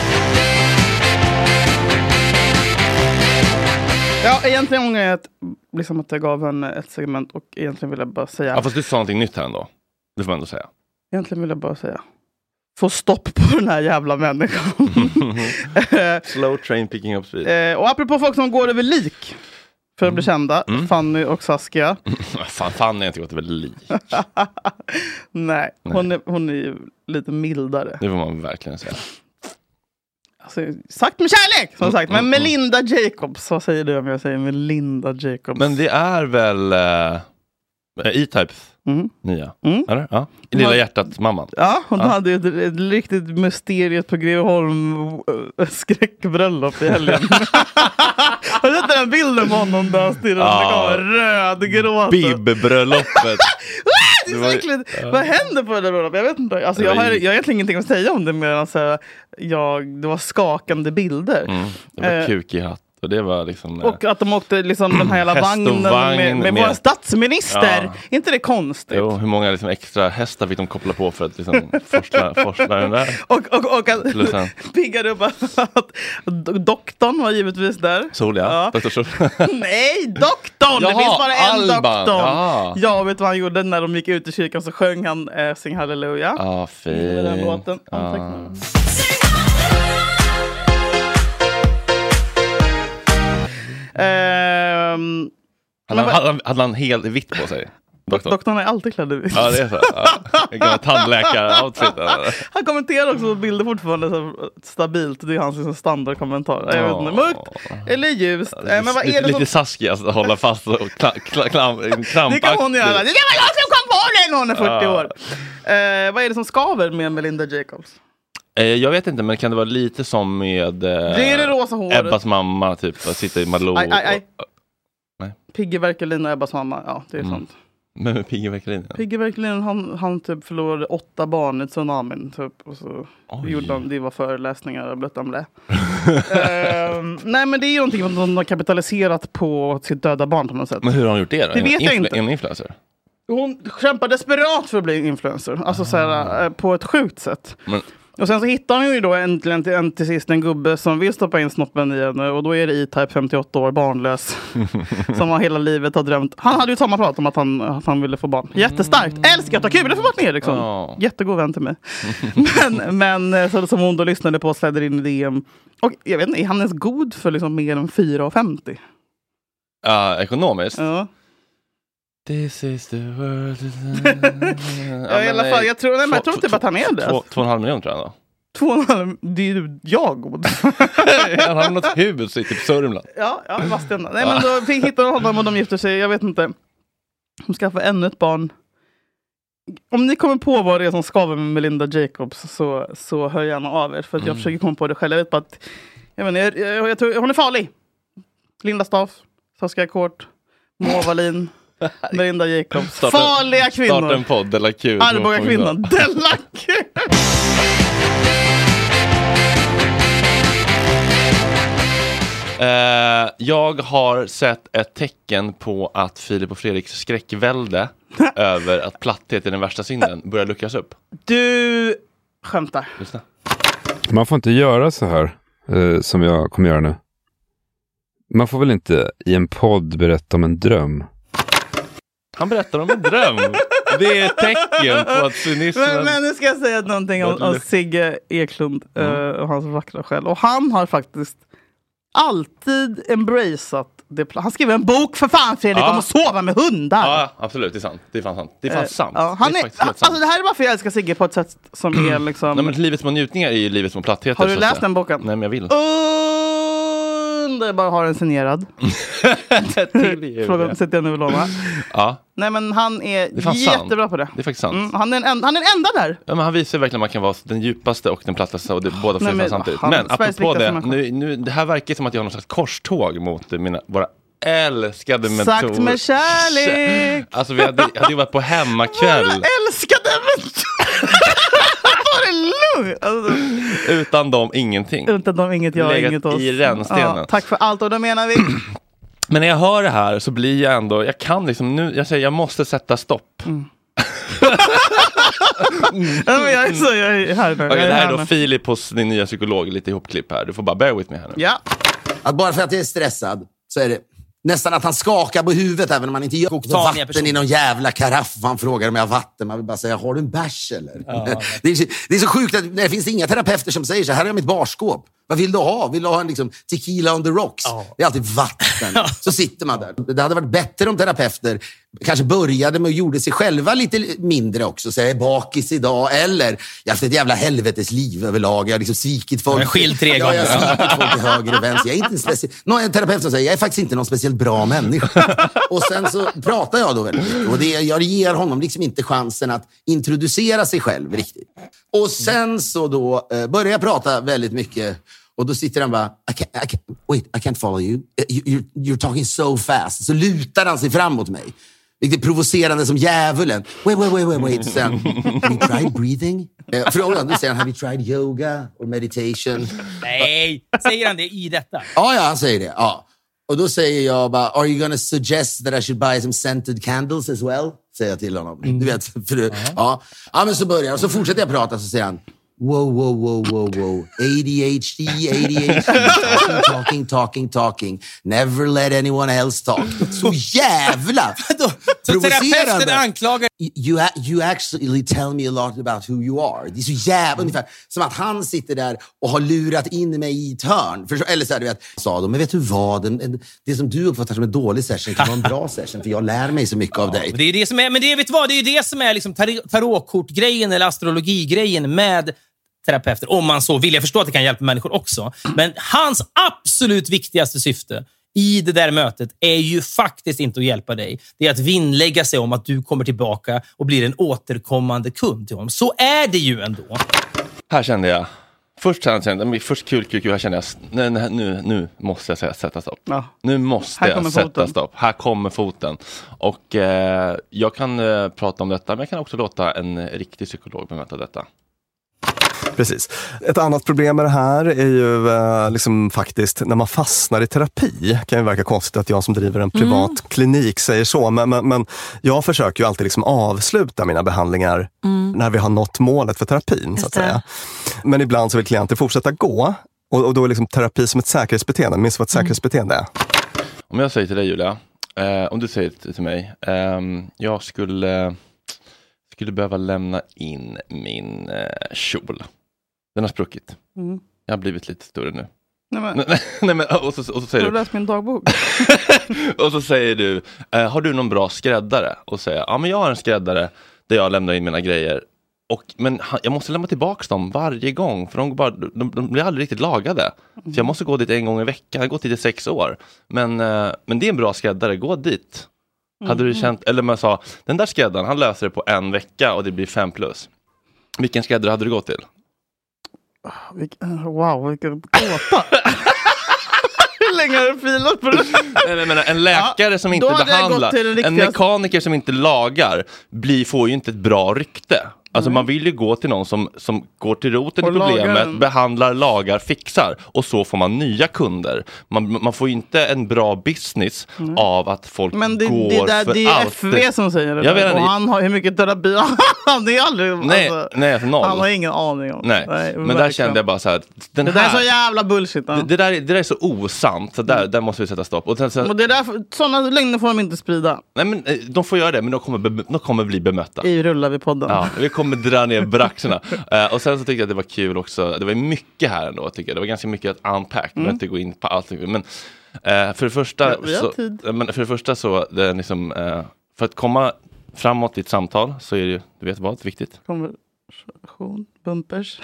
Ja, egentligen ångrar jag att, liksom att jag gav henne ett segment och egentligen vill jag bara säga... Ja, fast du sa någonting nytt här ändå. Det får man ändå säga. Egentligen vill jag bara säga... Få stopp på den här jävla människan. Slow train picking up speed. Eh, och apropå folk som går över lik för att bli kända, mm. Fanny och Saskia. Fan, Fanny har inte gått över lik. Nej, hon är, hon är ju lite mildare. Det får man verkligen säga. Alltså, sagt med kärlek, som sagt. Men Melinda Jacobs, vad säger du om jag säger Melinda Jacobs? Men det är väl uh, E-Types mm. nya, mm. eller? Ja. Lilla hjärtat mamman. Ja, hon ja. hade ett, ett riktigt mysteriet på Greveholm skräckbröllop i helgen. Har du sett den bilden på honom där stirrar ja. röd gråt? Bibbröllopet. Det är så äckligt. Ja. Vad händer på det där bröllopet? Jag vet inte. Alltså, jag, har, jag har egentligen ingenting att säga om det, men alltså, jag, det var skakande bilder. Mm. Det var eh, kuk i hatt. Och, det var liksom, och att de åkte liksom den här hela vagnen vagn med, med, med vår statsminister. Ja. Inte det konstigt? Jo, hur många liksom extra hästar fick de koppla på för att liksom forsla, forsla den där? Och, och, och att piggade upp att doktorn var givetvis där. Sol, ja. ja. Doktor Sol. Nej, doktorn! Jaha, det finns bara en Alban. doktorn. Ja. Jag vet vad han gjorde när de gick ut i kyrkan, så sjöng han äh, Sing Halleluja. Ja, ah, fin. Den låten. Ah. Um, hade, han, hade, han, hade han helt vitt på sig? Doktorn, doktorn är alltid klädd i vitt. Ja, det är så. Ja. Tandläkare-outfit. Han kommenterar också bilder fortfarande så stabilt. Det är hans liksom standardkommentar. Jag vet inte, mörkt eller ljust. Ja, men vad är lite, det som... lite saskig att hålla fast och kla, kla, klam, krampaktig. Det kan hon göra. Det var jag som kom på det när hon är fyrtio ja. år. Uh, vad är det som skaver med Melinda Jacobs? Jag vet inte, men kan det vara lite som med eh, det är det rosa håret. Ebbas mamma, typ, att sitta i Malou. Aj, aj, aj. Och, nej. Pigge Verkelin och Ebbas mamma, ja, det är mm. sant. Men med Pigge Verkelin? Ja. Pigge Verkelin, han, han typ förlorade åtta barn i tsunamin, typ. Och så gjorde han, det var föreläsningar och blött om det. uh, nej, men det är ju någonting som de har kapitaliserat på sitt döda barn på något sätt. Men hur har hon gjort det då? Det vet jag Influ- inte. En influencer? Hon kämpar desperat för att bli influencer. Alltså ah. såhär, på ett sjukt sätt. Men... Och sen så hittar han ju då äntligen till, en, till sist en gubbe som vill stoppa in snoppen i henne. Och då är det E-Type, femtioåtta år, barnlös. Som har hela livet har drömt. Han hade ju samma prat om att han, att han ville få barn. Jättestarkt. Älskar att ha kul för Martin Eriksson. Oh. Jättegod vän till mig. men men så som hon då lyssnade på och slädde in i D M. Och jag vet inte, är han ens god för liksom mer än fyra femtio? Ja, uh, ekonomiskt? Ja. This is the world. Ja, i alla fall, jag tror, nej, men jag tror typ att han är det. Två, två och en halv miljon tror jag då. Två och en halv, det är ju jag god. Han har något hus i typ Sörmland. Ja, ja, Vadstena. Nej, men då fick hitta honom och de gifter sig, jag vet inte. De skaffar ännu ett barn. Om ni kommer på vad det är som skaver med Melinda Jacobs, så, så hör gärna av er. För att jag mm. försöker komma på det själv. Jag vet bara att, jag vet inte, jag, jag, jag tror, hon är farlig. Linda Staff, Saskia Kort, Moa Wallin. Melinda Jacobs. Starta, farliga kvinnor. Starta en podd, Della Q. Arboga kvinnan, Della Q. uh, jag har sett ett tecken på att Filip och Fredriks skräckvälde över att platthet är den värsta synden börjar luckras upp. Du skämtar. Lyssna. Man får inte göra så här uh, som jag kommer göra nu. Man får väl inte i en podd berätta om en dröm. Han berättar om en dröm. Det är ett tecken på att cynismen... Men, men nu ska jag säga någonting om, om Sigge Eklund mm. uh, och hans vackra själ. Och han har faktiskt alltid embraceat det. Han skriver en bok för fan, Fredrik, ja. om att sova med hundar. Ja, absolut. Det är sant. Det är fan sant. Det är fan uh, sant. Ja, han det är, är alltså, sant. Det här är bara för jag älskar Sigge på ett sätt som är liksom... Nej, men livet små njutningar är ju livet små plattheter. Har du läst den boken? Nej, men jag vill. Uh, bara har den signerad. Frågan sätter jag nu och lova. Ja. Nej, men han är, är jättebra sant. på det. Det är faktiskt sant. Mm, han, är en, han är den enda där. Ja, men han visar verkligen att man kan vara den djupaste och den plattaste och det, båda Nej, men, samtidigt. Han, men apropå det, nu, nu, det här verkar som att jag har något slags korståg mot mina, våra älskade metod. Sagt med kärlek. Alltså vi hade, hade ju varit på hemmakväll. Jag älskade metod. Var det lugnt? Alltså. Utan dem ingenting. Utan dem inget, jag Legat inget oss. i rännstenen. Ja, tack för allt och då menar vi. Men när jag hör det här så blir jag ändå, jag kan liksom nu, jag säger jag måste sätta stopp. Mm. Ja, men jag är så, jag är här nu. Okej, jag det här är här då Filip hos din nya psykolog, lite ihopklipp här. Du får bara bear with me här nu. Ja. Att bara för att jag är stressad så är det nästan att han skakar på huvudet även om man inte gör vatten person. I någon jävla karaff. Han frågar om jag har vatten. Man vill bara säga, har du en bärs eller? Ja, det, är så, det är så sjukt att det finns inga terapeuter som säger så här är mitt barskåp. Vad vill du ha? Vill du ha en liksom, tequila on the rocks? Ja. Det är alltid vatten. Så sitter man där. Det hade varit bättre om terapeuter kanske började med att gjorde sig själva lite mindre också. Så jag är bakis idag. Eller jag har haft ett jävla helvetes liv överlag. Jag har liksom svikit folk. Jag har skilt tre gånger. Jag har svikit folk till höger och vänster. Jag är inte en speciell... Någon en terapeut som säger jag är faktiskt inte någon speciellt bra människa. Och sen så pratar jag då väldigt mycket. Och det, jag ger honom liksom inte chansen att introducera sig själv riktigt. Och sen så då eh, börjar jag prata väldigt mycket. Och då sitter han bara, I can't, I can't, wait, I can't follow you. you you're, you're talking so fast. Så lutar han sig fram mot mig. Vilket provocerande som djävulen. Wait, wait, wait, wait, wait. Sen, have you tried breathing? Eh, frågan, då säger han, have you tried yoga or meditation? Nej, säger han det i detta? Ja, ja, han säger det. Ja. Och då säger jag bara, are you gonna suggest that I should buy some scented candles as well? Säger jag till honom. Mm. Du vet, för du, uh-huh. ja. ja, men så börjar och så fortsätter jag prata så säger han, wow, wow, wow, wow, wow. A D H D, A D H D. Talking, talking, talking, talking. Never let anyone else talk. Så jävla så terapeuten anklagar... You, you actually tell me a lot about who you are. Det är så jävla ungefär som att han sitter där och har lurat in mig i ett hörn. För, eller så här, du vet, sa de, men vet du vad? En, en, det som du uppfattar som en dålig session kan vara en bra session, för jag lär mig så mycket ja, av dig. Det är det som är, men det, vet vad, det är ju det som är liksom tar- tarotkortgrejen eller astrologigrejen med terapeuter, om man så vill. Jag förstår att det kan hjälpa människor också. Men hans absolut viktigaste syfte i det där mötet är ju faktiskt inte att hjälpa dig. Det är att vinnlägga sig om att du kommer tillbaka och blir en återkommande kund till honom. Så är det ju ändå. Här kände jag, först kände jag, först kul, kul, kul, här kände jag, nej, nej, nu, nu måste jag säga, sätta stopp. Ja. Nu måste jag sätta foten. stopp. Här kommer foten. Och eh, jag kan eh, prata om detta, men jag kan också låta en riktig psykolog bemöta detta. Precis. Ett annat problem med det här är ju eh, liksom faktiskt när man fastnar i terapi. Kan ju verka konstigt att jag som driver en privat mm. klinik säger så. Men, men, men jag försöker ju alltid liksom avsluta mina behandlingar mm. när vi har nått målet för terapin. Så att säga. Men ibland så vill klienter fortsätta gå. Och, och då är liksom terapi som ett säkerhetsbeteende. Minns vad ett mm. säkerhetsbeteende är? Om jag säger till dig, Julia. Eh, om du säger till mig. Eh, jag skulle, skulle behöva lämna in min eh, kjol. Den har spruckit. Mm. Jag har blivit lite större nu. Nej, men. Nej, men, och, så, och så säger har du du läst min dagbok? och så säger du, eh, har du någon bra skräddare? Och säger, ja men jag har en skräddare där jag lämnar in mina grejer. Och, men jag måste lämna tillbaka dem varje gång. För de, bara, de, de blir aldrig riktigt lagade. Mm. Så jag måste gå dit en gång i veckan. Jag har gått dit i sex år. Men, eh, men det är en bra skräddare, gå dit. Mm. Hade du känt, eller man sa, den där skräddaren, han löser det på en vecka och det blir fem plus. Vilken skräddare hade du gått till? Wow, vilken gåta. Hur länge har du filat på det? Nej, men en läkare ja, som inte behandlar, en, en mekaniker som inte lagar blir, får ju inte ett bra rykte. Alltså mm. man vill ju gå till någon som, som går till roten och i problemet, lagar. behandlar, lagar, fixar. Och så får man nya kunder. Man, man får ju inte en bra business mm. av att folk men det, går det där, för det är allt. F V som säger det. Jag vet, och han har hur mycket terapi. Han är aldrig... Nej, alltså, nej alltså noll. Han har ingen aning om. Nej, nej men där kände jag bara så här. Den det här, där är så jävla bullshit. Ja. Det, det, där, det där är så osant. Så där, mm. där måste vi sätta stopp. Och, sen, så, och det där, sådana lögner får de inte sprida. Nej, men de får göra det, men de kommer, be, de kommer bli bemötta. I rullar vi podden. Ja, vi kommer dra ner braxerna. uh, och sen så tyckte jag att det var kul också. Det var mycket här ändå, tycker jag. Det var ganska mycket att unpack. Mm. Jag inte gå in på allt. Men uh, för det första ja, så, uh, men för det första så det är liksom, uh, för att komma framåt i ett samtal så är det ju, du vet vad, viktigt. Konversation, bumpers.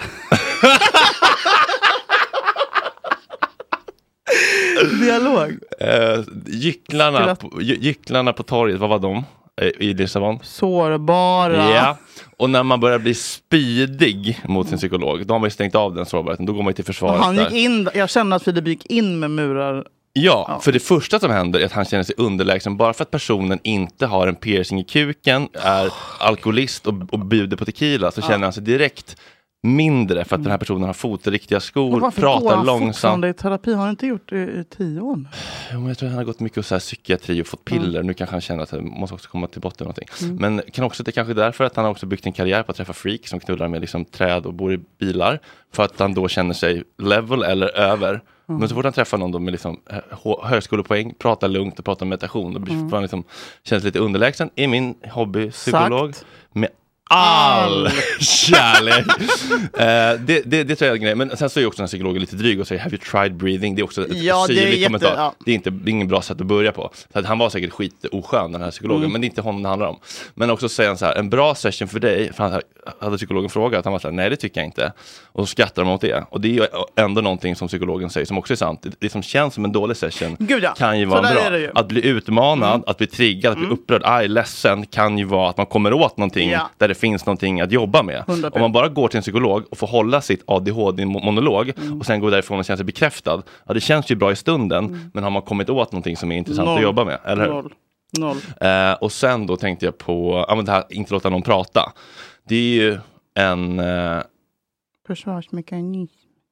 Dialog. Uh, gycklarna, på, gycklarna på torget, vad var de? I Lissabon. Sårbara. Ja, och när man börjar bli spydig mot sin psykolog, då har man ju stängt av den sårbarheten, då går man ju till försvaret. Han gick in, jag känner att Filip gick in med murar Ja, Ja. för det första som händer är att han känner sig underlägsen bara för att personen inte har en piercing i kuken, är alkoholist och, och bjuder på tequila, så känner han sig direkt mindre för att den här personen har fotriktiga skor, Men varför pratar går han långsamt. fortfarande i terapi? Har han inte gjort det i tio år nu? Jo, men jag tror att han har gått mycket och så här psykiatri och fått piller. Nu kanske han känner att han måste också komma till botten någonting. Mm. Men kan också, det är kanske därför att han har också byggt en karriär på att träffa freak som knullar med liksom träd och bor i bilar. För att han då känner sig level eller över. Mm. Men så fort han träffar någon då med liksom hö- högskolepoäng, pratar lugnt och pratar meditation. Då blir Mm. han liksom, känns lite underlägsen. Är min hobby psykolog. Sagt. Med all kärlek. eh, det, det, det tror jag är en grej. Men sen så är också den här psykologen lite dryg och säger have you tried breathing? Det är också ett Ja, det är syrligt jätte- kommentar. ja. Det är inte det är ingen bra sätt att börja på. Så att han var säkert skitoskön den här psykologen, Mm. men det är inte honom det handlar om. Men också säger han så här, en bra session för dig, för han hade psykologen frågat, han var så här, nej det tycker jag inte. Och så skrattar de åt det. Och det är ju ändå någonting som psykologen säger som också är sant. Det, det som känns som en dålig session Gud, ja. kan ju Så vara där bra. är det ju. Att bli utmanad, Mm. att bli triggad, att bli upprörd, aj, ledsen kan ju vara att man kommer åt någonting Ja. där det finns någonting att jobba med. hundra procent. Om man bara går till en psykolog och får hålla sitt A D H D-monolog Mm. och sen går därifrån och känner sig bekräftad. Ja, det känns ju bra i stunden, men har man kommit åt någonting som är intressant Noll. att jobba med, eller hur? Noll. Noll. Eh, och sen då tänkte jag på, ja men det här, inte låta någon prata. Det är ju en... Eh... Försvarsmekanism.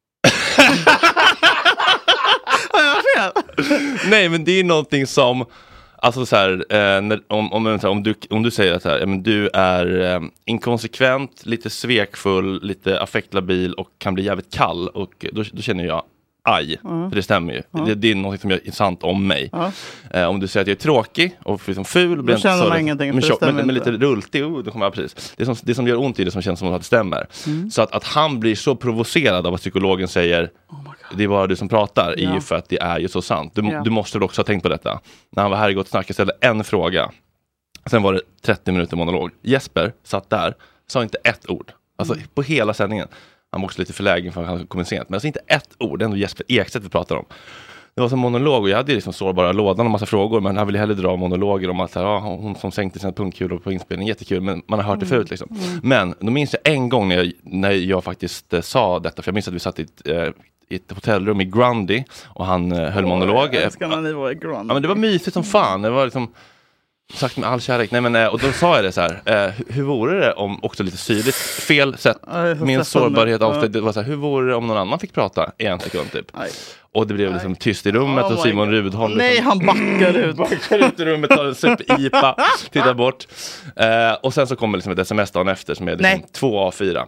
Har jag fel? Nej, men det är någonting som, alltså så här, eh, när, om, om, om, du, om du säger att här, ja, men du är eh, inkonsekvent, lite svekfull, lite affektlabil och kan bli jävligt kall, och då, då känner jag aj, Mm. för det stämmer ju. Mm. Det, det är något som är sant om mig. Ja. Eh, om du säger att jag är tråkig och liksom ful, blir Då känner inte så- man ingenting, för men, det tjock, stämmer men, men inte. lite rultig, oh, då kommer jag precis. Det som, det som gör ont i det som känns som att det stämmer. Mm. Så att, att han blir så provocerad av att psykologen säger det är bara du som pratar, är Ja. ju för att det är ju så sant. Du, Ja. du måste väl också ha tänkt på detta. När han var här i Gott Snack, jag ställde en fråga. Sen var det trettio minuter monolog. Jesper satt där, sa inte ett ord. Alltså Mm. på hela sändningen. Han var också lite förlägen för att han kom sent. Men alltså inte ett ord, det är ändå Jesper Ekstedt vi pratar om. Det var som monolog och jag hade liksom sårbara lådan och massa frågor, men han ville hellre dra monologer om att ja, hon som sänkte sina punkkulor på inspelningen, jättekul, men man har hört det förut liksom. Mm. Men då minns jag en gång när jag, när jag faktiskt eh, sa detta, för jag minns att vi satt i ett, eh, i ett hotellrum i Grundy och han eh, höll monolog. Jag älskar när ni var i Grundy. Ja, men det var mysigt som fan. Det var liksom sagt med all kärlek. Nej, men, eh, och då sa jag det så här. Eh, hur, hur vore det om, också lite syrligt, fel sätt, Ja, jag får min träffa sårbarhet honom. avstånd. Det var så här, hur vore det om någon annan fick prata i en sekund typ? Nej. Och det blev liksom tyst i rummet Oh och my Simon God. Rudholm Nej, liksom, han backar ut. backar ut i rummet, tar en sup I P A, tittar bort. Eh, och sen så kommer liksom ett sms dagen efter som är liksom Nej. två A fyra.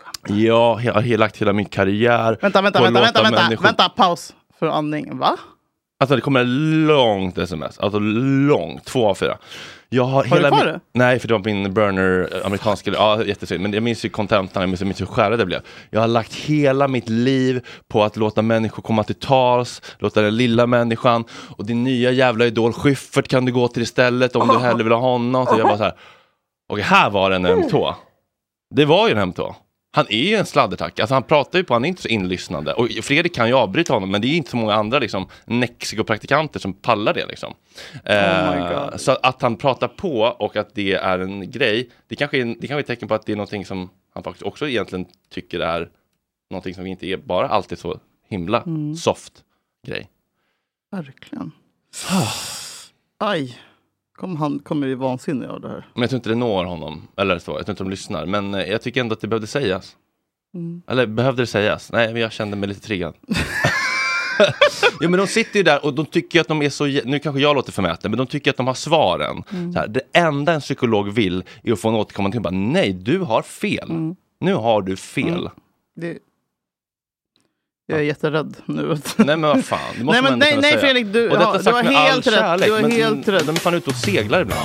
Ja, jag har lagt hela min karriär Vänta, vänta, på att vänta, låta vänta, vänta, människor- vänta, paus för andning. Va? Alltså det kommer långt sms. Alltså långt, två A fyra. Jag har, Har du kvar min, det? Nej, för det var min burner, eh, amerikanska, ja jättesynd. Men jag minns ju kontentan, jag minns, jag minns hur skärad det blev. Jag har lagt hela mitt liv på att låta människor komma till tals, låta den lilla människan, och din nya jävla idol Schyffert kan du gå till istället om du hellre vill ha honom. Så jag bara så här, okej, här var en M två. Det var ju en M två. Han är ju en sladdertack. Alltså han pratar ju på, han är inte så inlyssnande. Och Fredrik kan ju avbryta honom, men det är inte så många andra liksom Nexiko-praktikanter som pallar det liksom. Oh my Eh, God. så att han pratar på och att det är en grej, det kanske är, det kanske är ett tecken på att det är någonting som han faktiskt också egentligen tycker är någonting som inte är bara alltid så himla Mm. soft grej. Verkligen. Aj. Kom, han kommer ju vansinnig av det här. Men jag tror inte det når honom, eller så, jag tror inte de lyssnar. Men eh, jag tycker ändå att det behövde sägas. Mm. Eller behövde det sägas? Nej, men jag kände mig lite triggad. Jo, men de sitter ju där och de tycker att de är så, nu kanske jag låter förmäten, men de tycker att de har svaren. Mm. Så här, det enda en psykolog vill är att få en återkommande till, bara, nej, du har fel. Mm. Nu har du fel. Mm. Det... Jag är jätterädd nu. Nej, men vad fan, det måste Nej, men man ändå nej, kunna nej säga. Fredrik, du, Och detta ja, du sagt har med all helt rätt. kärlek, Du har men helt rätt. de är fan ute och seglar ibland.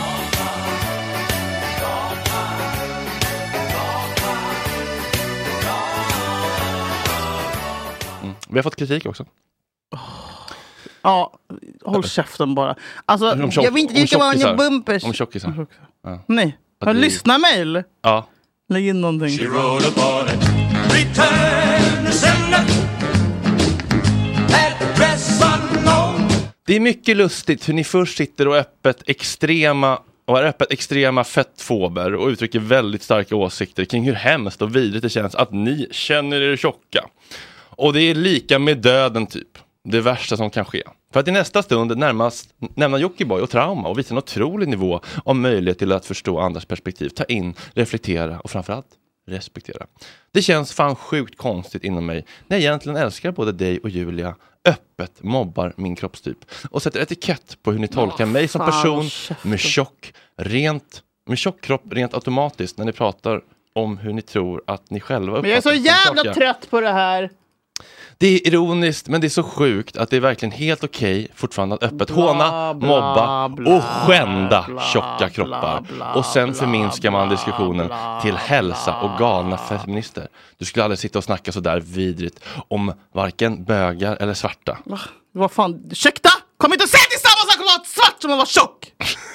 Mm. Vi har fått kritik också. Ja, håll käften bara. Alltså, Om tjock- jag vill inte om dricka vanliga tjockisar. bumpers. Om tjockisar. Ja. Nej, Att har vi- lyssna mail. Ja. Lägg in någonting. Det är mycket lustigt hur ni först sitter och öppet extrema och är öppet extrema fettfober och uttrycker väldigt starka åsikter kring hur hemskt och vidrigt det känns att ni känner er tjocka. Och det är lika med döden typ. det värsta som kan ske. För att i nästa stund närmast nämna Jockiboi och trauma och visa en otrolig nivå om möjlighet till att förstå andras perspektiv, ta in, reflektera och framförallt respektera. Det känns fan sjukt konstigt inom mig när jag egentligen älskar både dig och Julia, öppet mobbar min kroppstyp och sätter etikett på hur ni tolkar oh, mig som person med tjock, rent, med tjock kropp rent automatiskt när ni pratar om hur ni tror att ni själva uppfattar. Men jag är så jävla saker. Trött på det här. Det är ironiskt, men det är så sjukt att det är verkligen helt okej fortfarande att öppet bla, håna, bla, mobba bla, och skända bla, tjocka kroppar. Bla, bla, och sen förminskar man diskussionen bla, till hälsa och galna feminister. Du skulle aldrig sitta och snacka så där vidrigt om varken bögar eller svarta. Va? Vad fan? Ursäkta? Kom inte och säg till samma sak om att vara svart som att vara tjock!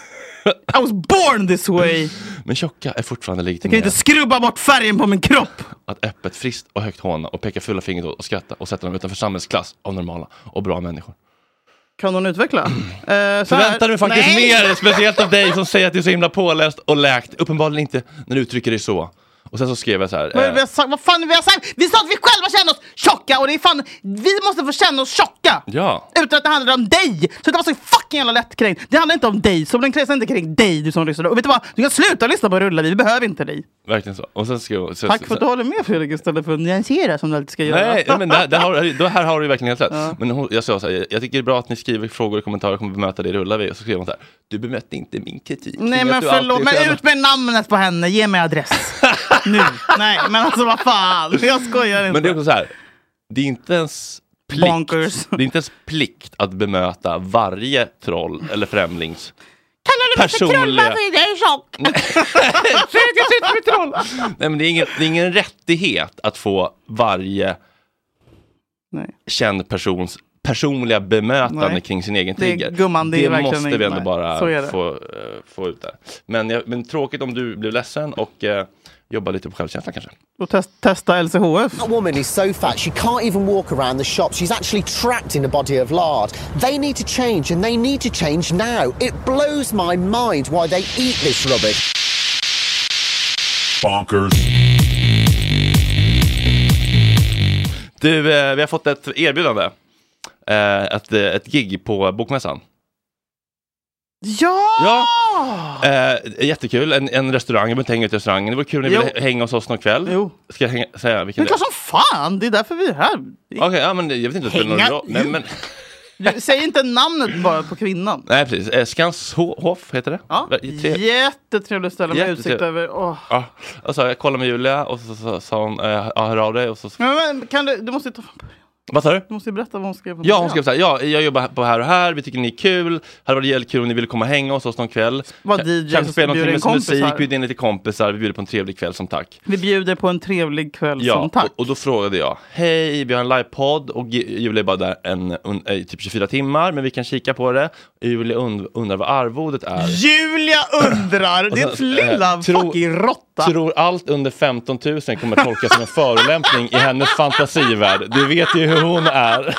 I was born this way. Men tjocka är fortfarande legitimerat. Jag kan inte skrubba bort färgen på min kropp. Att öppet, friskt och högt håna och peka fulla fingret och skratta och sätta dem utanför samhällsklass av normala och bra människor. Kan hon utveckla? Uh, Förväntar du faktiskt Nej. mer, speciellt av dig som säger att du är så himla påläst och läkt. Uppenbarligen inte när du uttrycker dig så. Och sen så skrev jag så här. Men, eh, vi har sagt, vad fan vi har sagt? Vi sa att vi själva känner oss tjocka och det är fan, vi måste få känna oss tjocka. Ja. Utan att det handlar om dig. Så det var så fucking jävla lätt kring. Det handlar inte om dig, så den kretsar inte kring dig du som lyssnar. Och vet du vad? Du kan sluta lyssna på Rulla, vi behöver inte dig. Verkligen så. Och sen skrev, så, Tack så, för att du håller med Fredrik istället för att nyansera som du alltid ska göra. Nej, men där, där har, då här har du verkligen helt rätt. Ja. Men hon, jag sa så här, jag tycker det är bra att ni skriver frågor och kommentarer och kommer bemöta det i Rulla vi. Och så skrev hon så här, du bemötte inte min kritik. Nej men förlåt, men ut med namnet på henne, ge mig adress. Nu. Nej, men alltså vad fan, jag skojar inte. Men det är också så här, det är inte ens plikt, det är inte ens plikt att bemöta varje troll eller främlings Kallar du mig personliga... för troll, varför är jag tjock? För att jag sitter med troll. Nej, men det är, ingen, det är ingen rättighet att få varje Nej. känd persons personliga bemötande Nej. kring sin egen trigger. Det, gumman, det, det är måste vi ändå Nej. bara få, uh, få ut där. Men, jag, men tråkigt om du blev ledsen och uh, jobba lite på självkänslan kanske. Och test, testa L C H F. That woman is so fat she can't even walk around the shop. She's actually trapped in a body of lard. They need to change and they need to change now. It blows my mind why they eat this rubbish. Bonkers. Du, eh, vi har fått ett erbjudande. Eh, ett, ett gig på Bokmässan. Ja! Ja! Eh, jättekul, en, en restaurang, jag vill inte hänga ut i restaurangen. Det var kul när vi ville hänga hos oss någon kväll. Jo. Ska jag hänga, säga vilken det är? Klart som fan, det är därför vi är här. Okej, okay, ja men jag vet inte om det spelar någon roll. Nej, men... Säg inte namnet bara på kvinnan. Nej, precis. Eh, Skanshof heter det. Ja. Jättetrevligt ställe med utsikt över... Oh. Ja, och så jag kollade med Julia och så sa hon, eh, ja, hör av dig. Och så... Men, men kan du, du måste ta fram början. Vad sa du? Du måste ju berätta vad hon skrev på. Ja, hon skrev så här, ja, jag jobbar på här och här, vi tycker ni är kul. Hade varit jävligt kul om ni ville komma och hänga hos oss någon kväll. Vad D J kanske spela någonting med musik, här. bjuda in lite kompisar, vi bjuder på en trevlig kväll som tack. Vi bjuder på en trevlig kväll ja, som tack. Och, och då frågade jag, hej, vi har en livepodd och Julia är bara där en, un, äh, typ tjugofyra timmar, men vi kan kika på det. Julia und, undrar vad arvodet är. Julia undrar, ditt lilla äh, fucking råtta. Tror allt under femton tusen kommer att tolkas som en förolämpning i hennes fantasivärld. Du vet ju hur hon är.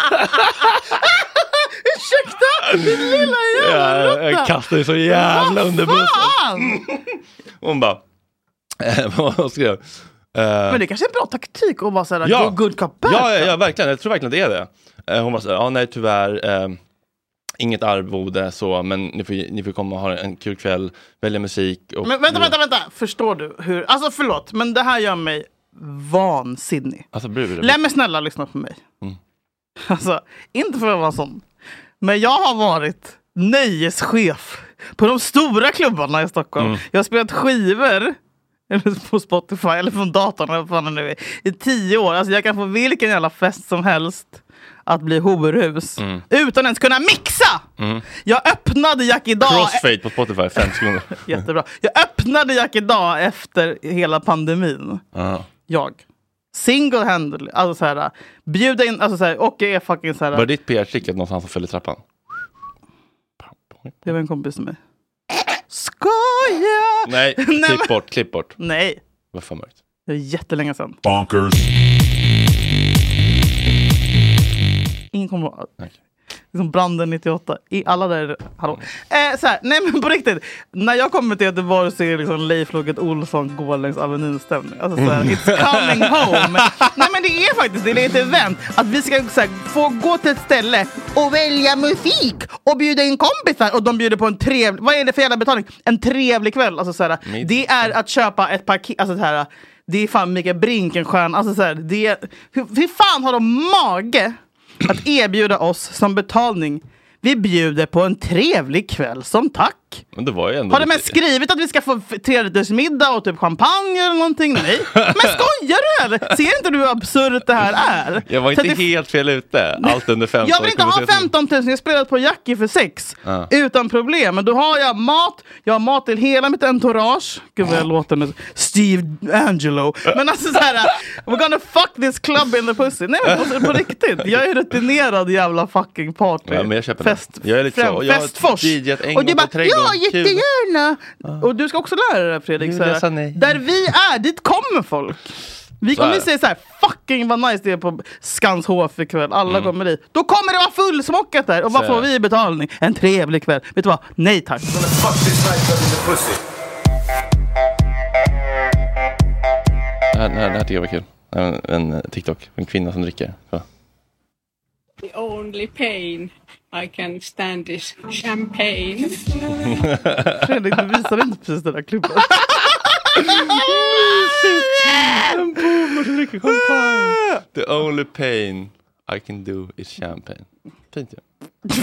Ursäkta, din lilla jävla råtta. Ja, jag kastar ju så jävla under bussen. Hon bara, vad skrev jag? Men det är kanske är en bra taktik att vara såhär, ja. go good cop bad. Ja, ja, ja, verkligen. Jag tror verkligen det är det. Hon var såhär, ja nej tyvärr, eh, inget arvode så, men ni får, ni får komma och ha en kul kväll, välja musik. Och, men vänta, vänta, vänta. Förstår du hur, alltså förlåt, men det här gör mig vansinnig. Alltså, bror, Lämna snälla lyssna på mig. Mm. Alltså, inte för att vara sån. Men jag har varit nöjeschef på de stora klubbarna i Stockholm. Mm. Jag har spelat skivor eller på Spotify eller från datorn eller vad fan det nu är, i tio år. Alltså jag kan få vilken jävla fest som helst att bli horhus mm. utan ens kunna mixa. Mm. Jag öppnade Jack idag. Crossfade på Spotify, fem sekunder. Jättebra. Jag öppnade Jack idag efter hela pandemin. Uh-huh. Jag. Single handle, alltså så här, bjuda in, alltså så här, och jag är fucking så här. Var ditt P R-tricket någonstans som följde trappan? Det var en kompis med mig. Skoja! Nej, klipp bort, klipp bort. Nej. Vad fan mörkt. Det är jättelänge sedan. Bonkers. Ingen kommer ihåg. liksom branden nittioåtta. I alla där, hallå. Eh, så här, nej men på riktigt. När jag kommer till Göteborg så är liksom Leif Loket Olsson går längs Avenyn-stämning. Alltså så här, it's coming home. Nej men det är faktiskt, det är ett event. Att vi ska så här, få gå till ett ställe och välja musik och bjuda in kompisar. Och de bjuder på en trevlig, vad är det för jävla betalning? En trevlig kväll. Alltså så här, det är att köpa ett paket, alltså så här. Det är fan Mikael Brinkenstjärn. Alltså så här, det är, hur, hur fan har de mage att erbjuda oss som betalning? Vi bjuder på en trevlig kväll som tack. Men det var ju ändå har de mest skrivit att vi ska få trerättersmiddag och typ champagne eller någonting? Nej. Men skojar du eller? Ser inte du hur absurt det här är? Jag var inte det... helt fel ute. Allt under femton. Jag vill inte ha femton tusen. Jag har spelat på Jackie för sex. Ah. Utan problem. Men då har jag mat. Jag har mat till hela mitt entourage. Gud vad jag låter nu. Steve Angelo. Men alltså så här. We're gonna fuck this club in the pussy. Nej men på, på riktigt. Jag är rutinerad jävla fucking party. Ja, men jag köper Fest, det. Jag är lite så. Jag festfors. Och du bara, ja jättegärna. Ah. Och du ska också lära dig Fredrik. Så här, där vi är, dit kommer folk. Vi kommer att säga så här, fucking vad nice det är på Skanshof ikväll. Alla mm. kommer dit. Då kommer det vara fullsmockat där. Och vad får vi i betalning? En trevlig kväll. Vet du vad? Nej tack. Det här, det här tycker jag var kul. En, en TikTok, en kvinna som dricker. Så. The only pain I can stand is champagne. Fredrik, du visar inte precis den där klubben. En boomer som dricker champagne. The only pain I can do is champagne. Fint ja.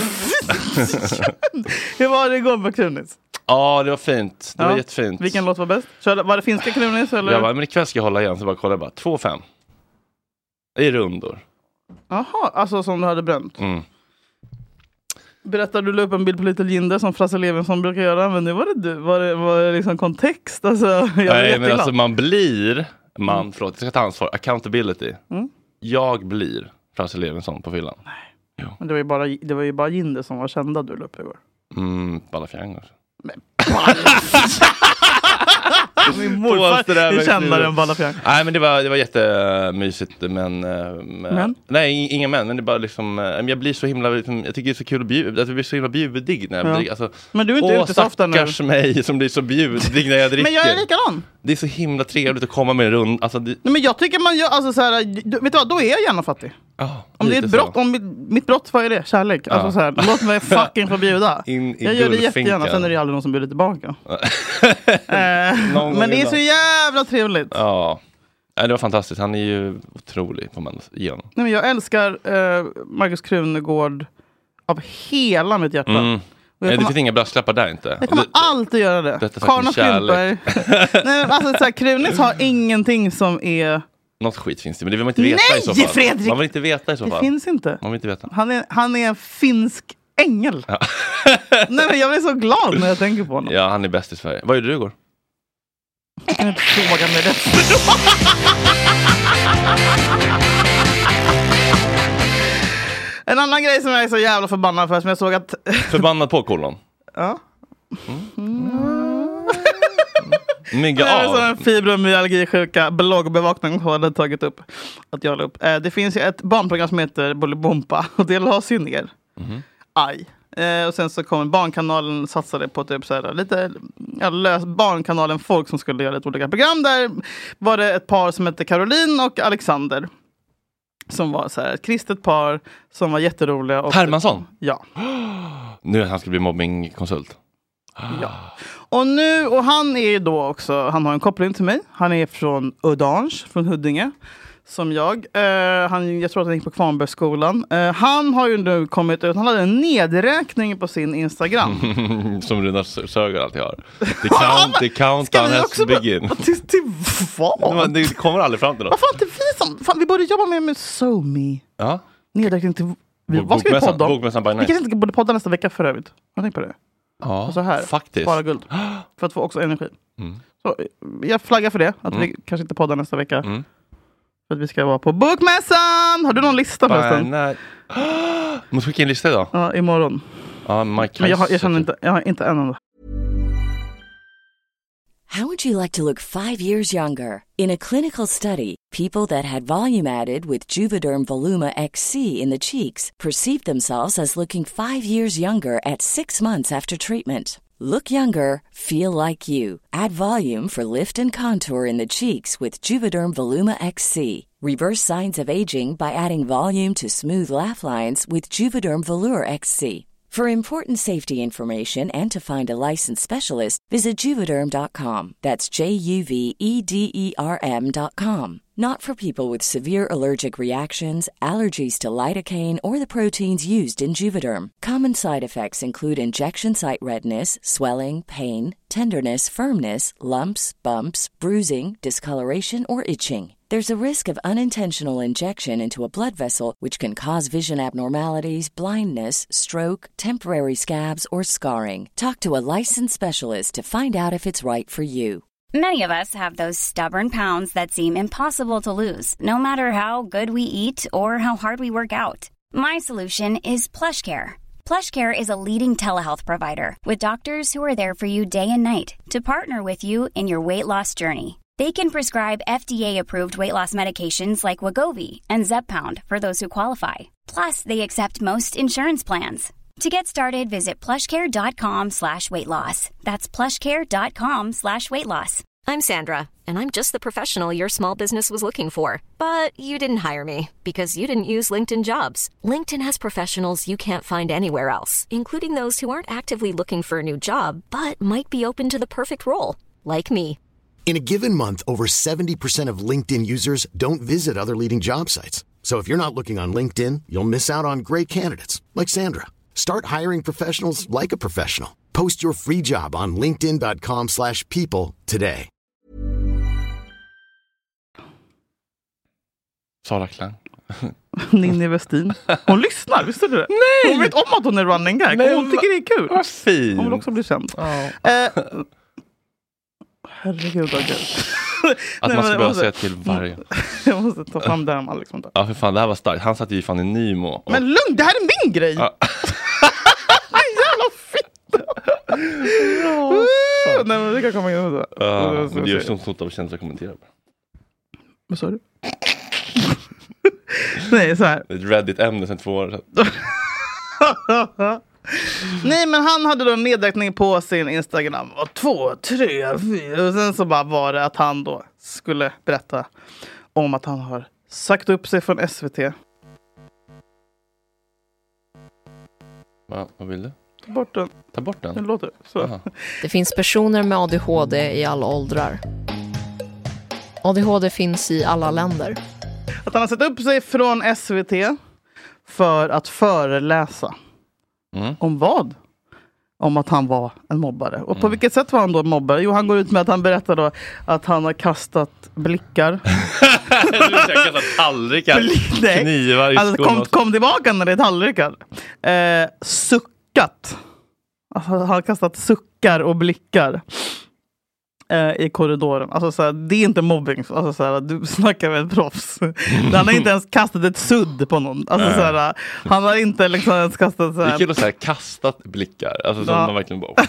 Hur var det igår på Krunis? Ja, det var fint. Det ja. var jättefint. Vilken låt var bäst? Körde, var det finska Krunis? Eller? Ja, men ikväll ska jag hålla igen så bara kolla bara. två fem i rundor. Jaha, alltså som du hade bränt. Mm. Berättar du upp en bild på Little Jinder som Frasse Levinson brukar göra, men nu var det du, var det, var det liksom kontext? Alltså, jag Nej, men alltså man blir, man, mm. förlåt, jag ska ta ansvar, accountability. Mm. Jag blir Frasse Levinson på fyllan. Nej. Jo. Men det var ju bara, det var ju bara Jinder som var kända du löp igår. Mm, Ballafjäng också. Men min morfar är kändare än Ballafjäng. Nej, men det var, det var jättemysigt. Men, men, men? Nej, inga män. Men det bara liksom, jag blir så himla, liksom, jag tycker det är så kul att bjuda. Att jag blir så himla bjudig när jag ja. dricker. Alltså, men du är inte åh, ute så ofta nu. Stackars mig som blir så bjudig när jag dricker. Men jag är likadan. Det är så himla trevligt att komma med en rund. Alltså, det... Nej, men jag tycker man gör, alltså så här, vet du vad, då är jag gärna fattig. Oh, om det är ett brott, om mitt, mitt brott, vad är det? Kärlek. Alltså, så här, låt mig fucking få bjuda. In, jag gör det jättegärna, sen är det aldrig någon som bjuder tillbaka. eh, men det är så jävla trevligt. Ja, det var fantastiskt. Han är ju otrolig på man igen. Nej, men jag älskar eh, Markus Krunegård av hela mitt hjärta. Mm. Nej, det finns inga brasklappar där inte. Jag kommer det, alltid göra det. Detta Karna Klintberg. Nej, alltså, så här, Krunis har ingenting som är... Något skit finns det, men det vill man inte veta. Nej, i så fall. Fredrik! Man vill inte veta i så fall. Det finns inte. Man vill inte veta. Han är, han är en finsk ängel. Ja. Nej, men jag blir så glad när jag tänker på honom. Ja, han är bäst i Sverige. Vad gjorde du igår? Jag kan inte fråga mig det. En annan grej som jag är så jävla förbannad för, som jag såg att... Förbannad på kolon? Ja. Mm. Mygga det är av. Så en fibromyalgisjuka bloggbevakning hade tagit upp att jag la upp. Eh, det finns ju ett barnprogram som heter Bolibompa och det lades ju ner. Mm. Aj. Eh, och sen så kom Barnkanalen, satsade på typ så här, lite ja, lös Barnkanalen folk som skulle göra ett olika program. Där var det ett par som hette Caroline och Alexander. Som var så här, ett kristet par som var jätteroliga. Och Hermansson? Ja. Nu han ska bli mobbingkonsult. Ja. Och nu, och han är då också, han har en koppling till mig. Han är från Udange, från Huddinge. Som jag. Uh, han, jag tror att han gick på Kvarnbergsskolan. Uh, han har ju nu kommit ut, han hade en nedräkning på sin Instagram. Som Runar Söger alltid har. The, count, the countdown has begin. Till, till vad? Det kommer aldrig fram till något. Varför inte vi som, fan, vi borde jobba med med SoMe. Ja. Nedräkning till, vi, vad ska vi podda om? Bokmässan by night. Vi kanske inte borde podda nästa vecka för övrigt. Jag tänker på det. Ja, och så här, faktiskt. Bara guld. För att få också energi. Mm. Så jag flaggar för det. Att mm. vi kanske inte poddar nästa vecka. Mm. För att vi ska vara på Bokmässan. Har du någon lista förresten? Måste skicka en lista idag. Ja, imorgon. Ja, Mike Men jag, har, jag känner inte, jag har inte en enda. How would you like to look five years younger? In a clinical study, people that had volume added with Juvederm Voluma X C in the cheeks perceived themselves as looking five years younger at six months after treatment. Look younger, feel like you. Add volume for lift and contour in the cheeks with Juvederm Voluma X C. Reverse signs of aging by adding volume to smooth laugh lines with Juvederm Volure X C. For important safety information and to find a licensed specialist, visit Juvederm dot com. That's J U V E D E R M dot com. Not for people with severe allergic reactions, allergies to lidocaine, or the proteins used in Juvederm. Common side effects include injection site redness, swelling, pain, tenderness, firmness, lumps, bumps, bruising, discoloration, or itching. There's a risk of unintentional injection into a blood vessel, which can cause vision abnormalities, blindness, stroke, temporary scabs, or scarring. Talk to a licensed specialist to find out if it's right for you. Many of us have those stubborn pounds that seem impossible to lose, no matter how good we eat or how hard we work out. My solution is PlushCare. PlushCare is a leading telehealth provider with doctors who are there for you day and night to partner with you in your weight loss journey. They can prescribe F D A-approved weight loss medications like Wegovy and Zepbound for those who qualify. Plus, they accept most insurance plans. To get started, visit plushcare.com slash weight loss. That's plushcare.com slash weight loss. I'm Sandra, and I'm just the professional your small business was looking for. But you didn't hire me because you didn't use LinkedIn Jobs. LinkedIn has professionals you can't find anywhere else, including those who aren't actively looking for a new job, but might be open to the perfect role, like me. In a given month, over seventy percent of LinkedIn users don't visit other leading job sites. So if you're not looking on LinkedIn, you'll miss out on great candidates like Sandra. Start hiring professionals like a professional. Post your free job on linkedin dot com slash people today. Sara Klang. Ninni Westin. Hon lyssnar, visste du det? Nej! Hon vet om att hon är running gag. Nej, hon tycker det är kul. Vad fin. Hon vill också bli känd. Ja. Eh, herregud vad gud. Att man ska börja säga till varje. Jag måste ta fram det här Alex. Ja, för fan, det här var starkt. Han satt ju fan i Nymo. Och... Men lugn, det här är min grej! Ja. Jävla fitta! Nej, men vi kan komma in och så. Ja, men det gör sånt sånt av känsla att kommentera. Vad sa du? Nej, så här. Ett Reddit-ämne sedan två år sedan. Nej, men han hade då en nedräkning på sin Instagram. Och två, tre, fyra. Och sen så bara var det att han då skulle berätta om att han har sagt upp sig från S V T. Va, vad vill du? Ta bort den. Ta bort den? Den låter så. Det finns personer med A D H D i alla åldrar. A D H D finns i alla länder. Att han har satt upp sig från S V T för att föreläsa. Mm. Om vad? Om att han var en mobbare. Och på mm. vilket sätt var han då en mobbare? Jo, han går ut med att han berättar då att han har kastat blickar. Du har kastat tallrikar, knivar i alltså, kom, kom tillbaka när det är tallrikar. Eh, suckat. Alltså, han har kastat suckar och blickar eh, i korridoren. Alltså, såhär, det är inte mobbing. Alltså, såhär, du snackar med ett proffs. Han har inte ens kastat ett sudd på någon. Alltså, såhär, han har inte liksom ens kastat såhär. Det är kul att säga kastat blickar. Alltså som ja. Man verkligen bara...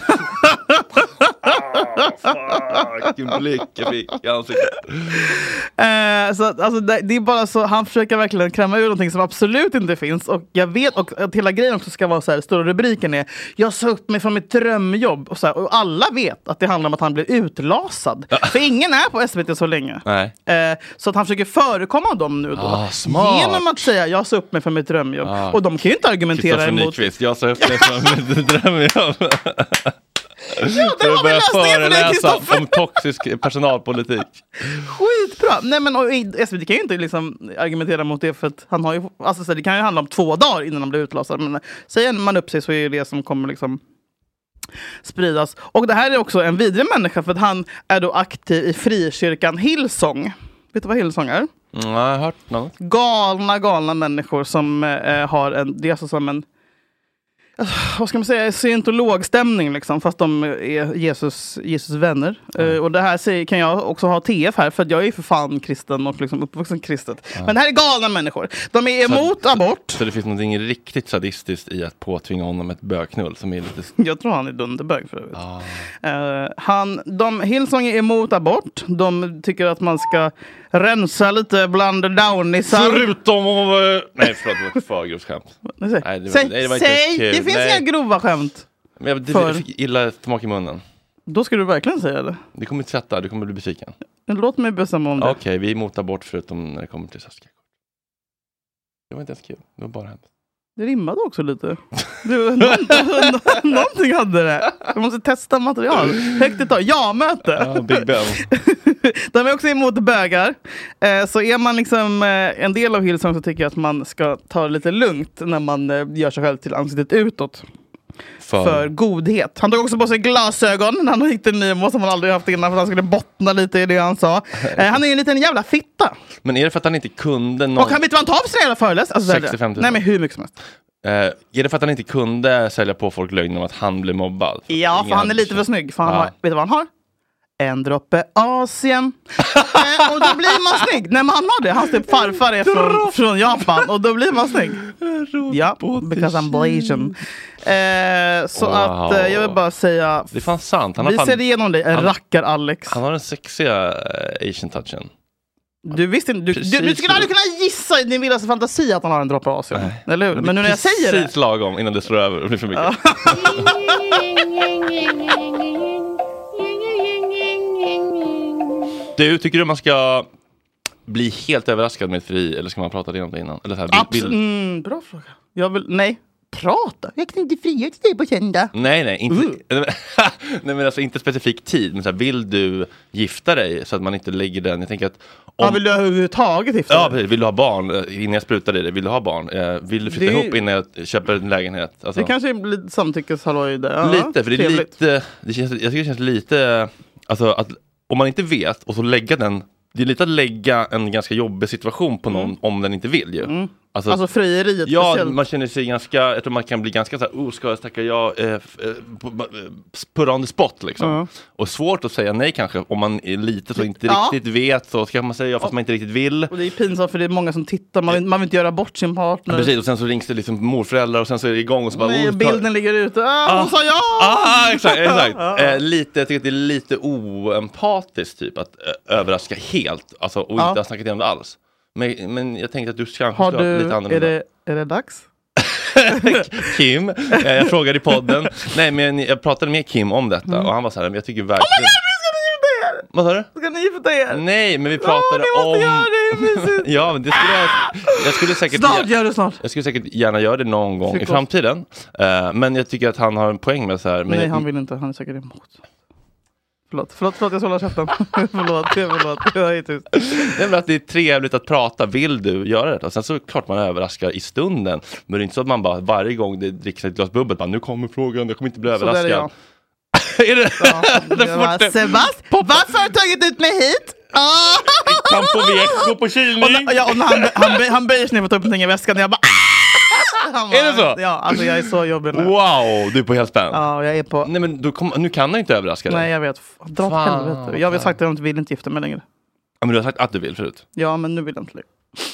Oh, fuck, en blick jag fick i ansiktet. Eh, så alltså, det, det är bara så, han försöker verkligen kräma ur någonting som absolut inte finns. Och jag vet, och att hela grejen också ska vara så här, stora rubriken är jag sa upp mig från mitt drömjobb. Och, så här, och alla vet att det handlar om att han blir utlasad. För ingen är på S V T så länge. Nej. Eh, så att han försöker förekomma dem nu då. Ah, smart. Genom att säga jag sa upp mig från mitt drömjobb. Ah. Och de kan ju inte argumentera emot. Nyqvist, jag sa upp mig från mitt drömjobb. Ja, det för att börja föreläsa för om toxisk personalpolitik. Skitbra. Nej, men och, S V T kan ju inte liksom argumentera mot det för att han har ju, alltså, så det kan ju handla om två dagar innan han blir utlasad. Men säger man upp sig så är det det som kommer liksom spridas. Och det här är också en vidrig människa för att han är då aktiv i frikyrkan Hillsong. Vet du vad Hillsong är? Mm, jag har hört något. Galna, galna människor som eh, har en, det är alltså som en vad ska man säga, scientologstämning liksom, fast de är Jesus, Jesus vänner. Mm. Uh, och det här säger, kan jag också ha T F här, för att jag är för fan kristen och liksom uppvuxen kristet. Mm. Men det här är galna människor. De är emot så, abort. Så det finns något riktigt sadistiskt i att påtvinga honom ett bögknull som är lite... Jag tror han är dunderbög för övrigt. Ah. Uh, han, de, Hillsong är emot abort. De tycker att man ska rensa lite bland downisar. Förutom om... Nej, förlåt, det var ett för grovt skämt. Nej, säg, nej, det, säg, nej, det, var säg, inte det finns nej. inga grova skämt. Men jag, det, jag fick illa smak i munnen. Då ska du verkligen säga det. Det kommer inte sätta, du kommer bli besviken. Låt mig bestämma om det. Okej, okay, vi är emot abort förutom när det kommer till Saskia. Det var inte ens kul, det var bara hänt. Det rimmade också lite. Det var någonting, någonting hade det. Jag måste testa material. Högt ett tag. Ja, möte. Ja, Big Ben. De är också emot bögar. Eh, så är man liksom eh, en del av Hillsong så tycker jag att man ska ta det lite lugnt när man eh, gör sig själv till ansiktet utåt. För, för godhet. Han tog också på sig glasögon när han gick till Nemo som han aldrig haft innan för att han skulle bottna lite i det han sa. Eh, han är en liten jävla fitta. Men är det för att han inte kunde någon... Och han vet vad han tar för sig jävla föreläs? Alltså, sextiofem tusen. Nej, men hur mycket som helst. Uh, är det för att han inte kunde sälja på folk lögner om att han blev mobbad? För ja, för han är lite för snygg. För han ja. har, vet du vad han har? En droppe Asien. eh, och då blir man snygg. Nej, men han har det. Hans typ farfar är från, från Japan. Och då blir man snygg. Ja, because I'm Blasian. Eh, så wow. att eh, jag vill bara säga... Det är fan sant. Han vi har fan, ser igenom dig. Han, rackar Alex. Han har den sexiga uh, Asian touchen. Du visste inte, du, du, du skulle aldrig kunna gissa i din vildaste fantasi att han har en droppe Asien. Nej. Eller hur? Men nu när jag säger det... Precis lagom innan det slår över och blir för mycket. Du, tycker du man ska bli helt överraskad med ett fri eller ska man prata det om det innan? Eller så här, Absolut. Vill... Mm, bra fråga. Jag vill, nej. Prata? Jag kan inte fria till dig på kända. Nej, nej. Inte, uh. nej men alltså inte specifik tid. Men så här, vill du gifta dig så att man inte lägger den? Jag tänker att... Om... Ja, vill du överhuvudtaget gifta dig? Ja, precis. Vill du ha barn innan jag sprutar i det? Vill du ha barn? Eh, vill du flytta det... ihop innan jag köper en lägenhet? Alltså... Det kanske är lite samtyckeshalloj där. Ja, lite, för det är trevligt. lite... Det känns, jag tycker det känns lite... Alltså att om man inte vet och så lägga den... Det är lite att lägga en ganska jobbig situation på någon mm. om den inte vill ju. Mm. Alltså, alltså frieriet. Ja, speciellt. Man känner sig ganska, jag tror man kan bli ganska så här, oh, ska jag tacka ja, eh, eh, put on the spot liksom. Mm. Och svårt att säga nej kanske, om man är lite så inte ja. riktigt vet, så ska man säga ja fast man inte riktigt vill. Och det är pinsamt för det är många som tittar, man vill, man vill inte göra bort sin partner. Ja, precis, och sen så rings det liksom morföräldrar och sen så är det igång och så bara... Nej, oh, bilden tar... ligger ute, ah, hon ah, sa ja! Ah, exakt, exakt. eh, lite, jag tycker att det är lite oempatiskt typ, att eh, överraska helt, alltså, och ja. inte ha snackat igenom det alls. Men, men jag tänkte att du kanske har ska du, lite annorlunda. Är det, är det dags? Kim, eh, jag frågade i podden. Nej, men jag pratade med Kim om detta mm. och han var så här, men jag tycker verkligen... Oh my God, ska ni gifta er? Vad sa du? Ska ni gifta er? Nej, men vi pratade oh, om... Göra det, ja, men det skulle jag... Jag skulle säkert... Snart, gör det snart. Jag skulle säkert gärna göra det någon gång Fick i framtiden. Uh, men jag tycker att han har en poäng med så här... Men Nej, jag... han vill inte. Han är säkert emot. Förlåt, förlåt, förlåt, jag sållar käften. förlåt, förlåt, jag är tyst. Det är att det är trevligt att prata. Vill du göra det? Och sen så är det klart man överraskar i stunden. Men det är inte så att man bara varje gång det dricks ett glas bubbel bara, nu kommer frågan, jag kommer inte bli överraskad. Så där är jag. är det? Ja, det var Sebast, varför har du tagit ut mig hit? Ah! Campoviejo på kylning. Och, ja, och han, han, han böjer sig ner för att ta upp någonting i väskan och jag bara... Bara, är det så? Ja, alltså jag är så jobbig nu. Wow, du är på helt spänn. Ja, jag är på... Nej, men du kom, nu kan han inte överraska dig. Nej, jag vet. Dra åt helvete. Jag har sagt att jag inte vill inte gifta mig längre. Ja, men du har sagt att du vill förut. Ja, men nu vill jag inte längre.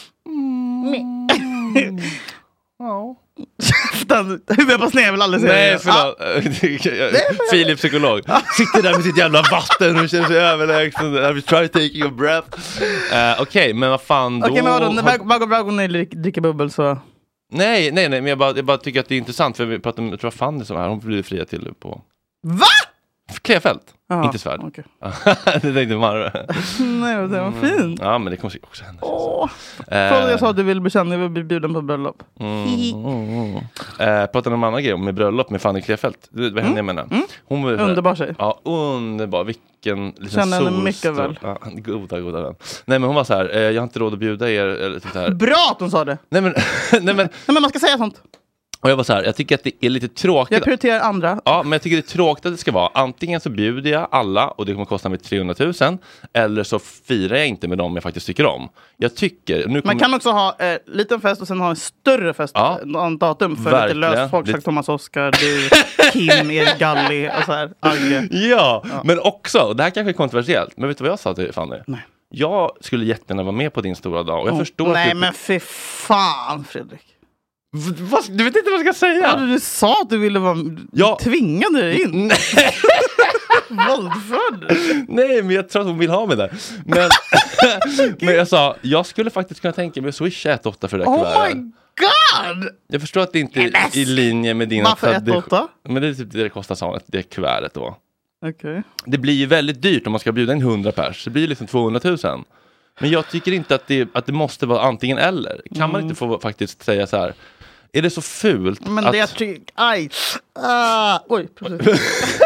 Mm. Ja. Huvudet på sned vill aldrig säga. Nej, förlåt. Filip, psykolog. Sitter där med sitt jävla vatten och känner sig överlägsen. I'm trying to take a breath. Uh, Okej, okay, men vad fan då? Okej, okay, men vadå? När Margot Bragon dricker bubbel så... Nej, nej, nej, men jag bara, jag bara tycker att det är intressant. För vi pratar om, jag tror fan det som här. Hon blir fria till på... Va? Klefält. Aha, inte svärd. Okay. Det tänkte Marre. Nej, det var fint. Ja, men det kommer också hända. Åh. Fråga jag sa att du vill bli känd, jag vill bli bjuden på bröllop. Mm, mm, mm. Eh, pratade om en annan grej med bröllop med Fanny Klefält. Du vet vad henne jag menar. Mm. Hon var underbar tjej. Ja, underbar. Vilken liten känner henne mycket väl. Ja, goda, goda vän. Nej, men hon var så här, eh, jag har inte råd att bjuda er. Eller sånt här. Bra att hon sa det. Nej, men, nej, men, nej, men man ska säga sånt. Och jag var så här, jag tycker att det är lite tråkigt. Jag prioriterar andra. Ja, men jag tycker det är tråkigt att det ska vara. Antingen så bjuder jag alla och det kommer kosta mig trehundratusen. Eller så firar jag inte med dem jag faktiskt tycker om. Jag tycker... Nu kommer... Man kan också ha en eh, liten fest och sen ha en större fest. Ja. En datum för Verkligen. lite löst folk. Lite... Thomas Oskar, du, Kim, Erik Galli och så här. Agge. Ja, ja, men också, det här kanske är kontroversiellt. Men vet du vad jag sa till Fanny? Nej. Jag skulle jättegärna vara med på din stora dag. Och jag oh, förstår nej, att du... men fy fan, Fredrik. Va? Du vet inte vad jag ska säga. Ja, du sa att du ville vara ja. tvingande dig in. Våldförd. Nej, men jag tror att hon vill ha mig där. Men, men jag sa, jag skulle faktiskt kunna tänka mig att swisha ett åtta för det där oh kuvertet. my god! Jag förstår att det inte är i linje med dina... Varför ett åtta? Men det är typ det det kostar sa det kuvertet då. Okay. Det blir ju väldigt dyrt om man ska bjuda in hundra pers. Det blir liksom tvåhundratusen. Men jag tycker inte att det, att det måste vara antingen eller. Kan mm. man inte få faktiskt säga så här... Är det så fult? Men att... det jag tycker... Aj! Ah, oj, precis.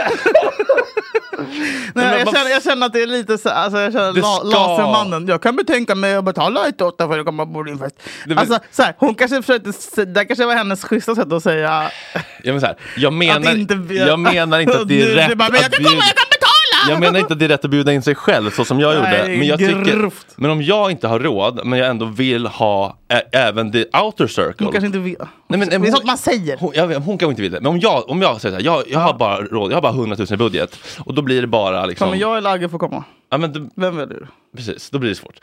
Nej, jag, jag, känner, jag känner att det är lite så... Alltså jag känner la, ska... lasermannen. Jag kan betänka mig att betala ett åtta för att komma på din fest. Det, alltså så här, hon kanske försökte... Det kanske var hennes schyssta sätt att säga... Ja, men så här, jag, menar, inte, jag menar inte att det är rätt bara, men jag kan komma, jag kan betala! Jag menar inte att det är rätt att bjuda in sig själv så som jag gjorde. Nej, men, jag tycker, grovt. men om jag inte har råd, men jag ändå vill ha ä- även the outer circle. Hon kanske inte vill. Nej, men, det är hon, sånt man säger. Hon, jag, hon kanske inte vill det. Men om jag, om jag säger så här, jag, jag, har bara råd, jag har bara hundratusen i budget. Och då blir det bara liksom... Kommer jag eller Agge får komma? Ja, men du, vem väljer du? Precis, då blir det svårt.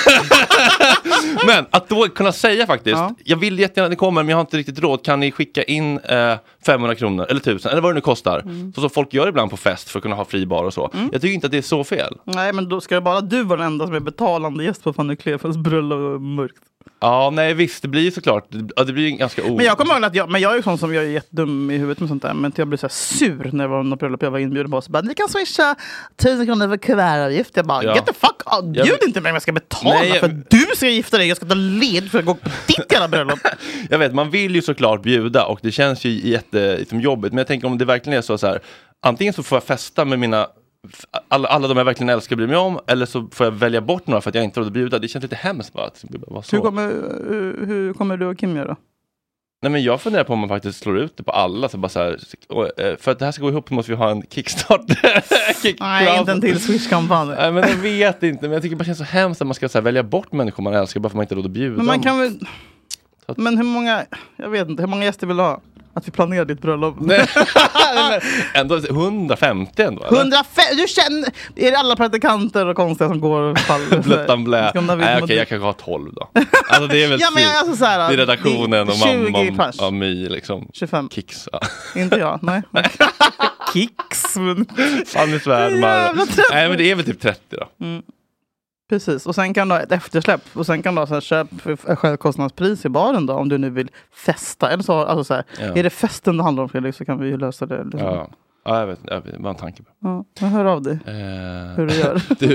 Men att då kunna säga faktiskt, ja. Jag vill jättegärna att det kommer, men jag har inte riktigt råd. Kan ni skicka in eh, femhundra kronor eller tusen eller vad det nu kostar? Mm. Så som folk gör ibland på fest för att kunna ha fri bar och så. Mm. Jag tycker inte att det är så fel. Nej, men då ska det bara du vara den enda som är betalande gäst på Fanny Klefels bröllop och mörkt. Ja, nej visst, det blir ju såklart. Ja, det blir ju ganska o... Men jag kommer ihåg att jag, men jag är ju sån som jag är jättedum i huvudet med sånt där. Men jag blev så här sur när jag var på bröllop jag var inbjuden på. Så bara, ni kan swisha tusen kronor för kuvertavgift. Jag bara, ja. Get the fuck out. Bjud jag... inte mig om jag ska betala nej, jag... för att du ska gifta dig. Jag ska ta led för att gå på ditt jävla bröllop. Jag vet, man vill ju såklart bjuda och det känns ju jättejobbigt. Men jag tänker om det verkligen är så, så här. Antingen så får jag festa med mina alla, alla de jag verkligen älskar bryr mig om, eller så får jag välja bort några för att jag inte råd att bjuda. Det känns lite hemskt bara att vara så. Hur kommer, hur, hur kommer du och Kim göra? Nej, men jag funderar på om man faktiskt slår ut det på alla så bara så här, för att det här ska gå ihop måste vi ha en kickstart. Kick Nej, inte en till Swish-kampanj. Nej, men jag vet inte, men jag tycker det bara känns så hemskt att man ska så här, välja bort människor man älskar bara för att man inte har råd att bjuda. Men man kan väl... Men hur många, jag vet inte, hur många gäster vill du ha? Att vi planerar ditt bröllop. Nej. Ändå hundrafemtio ändå. Eller? hundrafemtio, du känner, är det alla praktikanter och konstiga som går och faller? Bluttan blä. Nej, okej, okay, jag kanske har tolv då. Alltså det är väl ja, men alltså så här, det är redaktionen och mamma pers. och mig liksom. tjugofem. Kicks. Ja. Inte jag, nej. Kicks. Fanny Svärdmar. Nej, men det är väl typ trettio då. Mm. Precis, och sen kan du ha ett eftersläpp och sen kan du ha så här, köp för självkostnadspris i baren då om du nu vill festa. Eller så, alltså så här, ja. Är det festen det handlar om, Fredrik, så kan vi ju lösa det. Liksom. Ja. Ja, jag vet, jag vet, vad en tanke på. Ja, jag hör av dig. Eh, hur du gör. Du,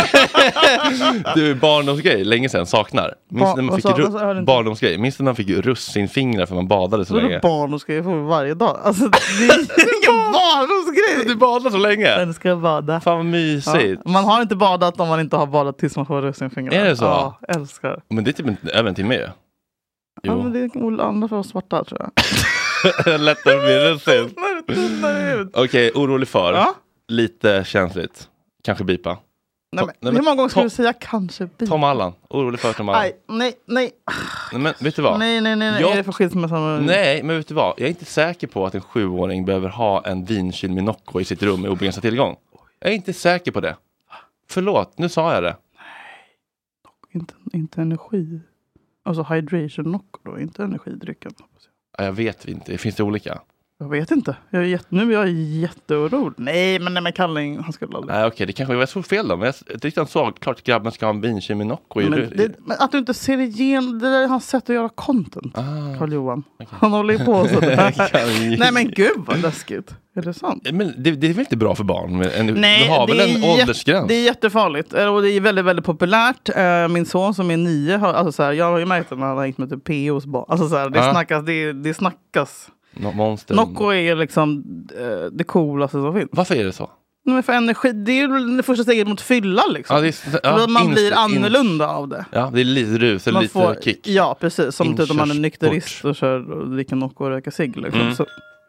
du barndomsgrej, länge sedan, saknar. Minns du när man fick ru- barndomsgrej? Minns du när man fick russinfingrar för man badade så, så länge? Barndomsgrej får vi varje dag. Alltså, det är ingen barndomsgrej. Du badade så länge? Jag älskar att bada. Fan vad mysigt. Ja. Man har inte badat om man inte har badat tills man får russinfingrar. Är det så? Ja, älskar. Men det är typ en, även till mig. Jo. Ja, men det är andra för oss svarta, tror jag. Lättare att bli russin. Okej, okay, orolig för. Ja? Lite känsligt. Kanske bipa. Nej, men, nej, men, hur många gånger ska du säga kanske bipa? Tom Allan. Orolig för Tom Allan. Nej, nej, nej. Nej, men vet du vad? Nej, nej, nej. Jag... Är det för skilsmässa? Nej, men vet du vad? Jag är inte säker på att en sjuåring behöver ha en vinkyl med Nocco i sitt rum med obegränsad tillgång. Jag är inte säker på det. Förlåt, nu sa jag det. Nej, inte, inte energi. Alltså hydration Nocco då, inte energidrycken. Jag vet inte, finns det olika? Jag vet inte. Jag är jätte, nu är jag jätteorolig. Nej, men nej, men Kalling, han skulle aldrig. Nej, okej, okay, det kanske var så fel då. Men jag tyckte han sa klart att grabben ska ha en vinkyl med Nocco. Men, det, men att du inte ser igenom, det är hans sätt att göra content. Ah, Carl-Johan. Okay. Han håller ju på så där. Nej, men gud vad läskigt. Är det sant? Men det, det är väl inte bra för barn? En, nej, du har väl en jät- åldersgräns? Det är jättefarligt. Och det är väldigt, väldigt populärt. Min son som är nio, har, alltså så här, jag har ju märkt att han har hängt med typ P O:s barn. Alltså så här, det, ah. snackas, det, det snackas. No, monster. Nocco är liksom uh, det coolaste som finns. Varför är det så? Men för energi, det är ju det första steget mot fylla liksom. Ja, det är, ja, så man inst- blir annorlunda inst- av det. Ja, det är lite rus eller Man lite får, kick. Ja, precis. Som typ om man är Inkörsport. nykterist och kör och dricker Nocco och röker cigg. Liksom. Mm. Så.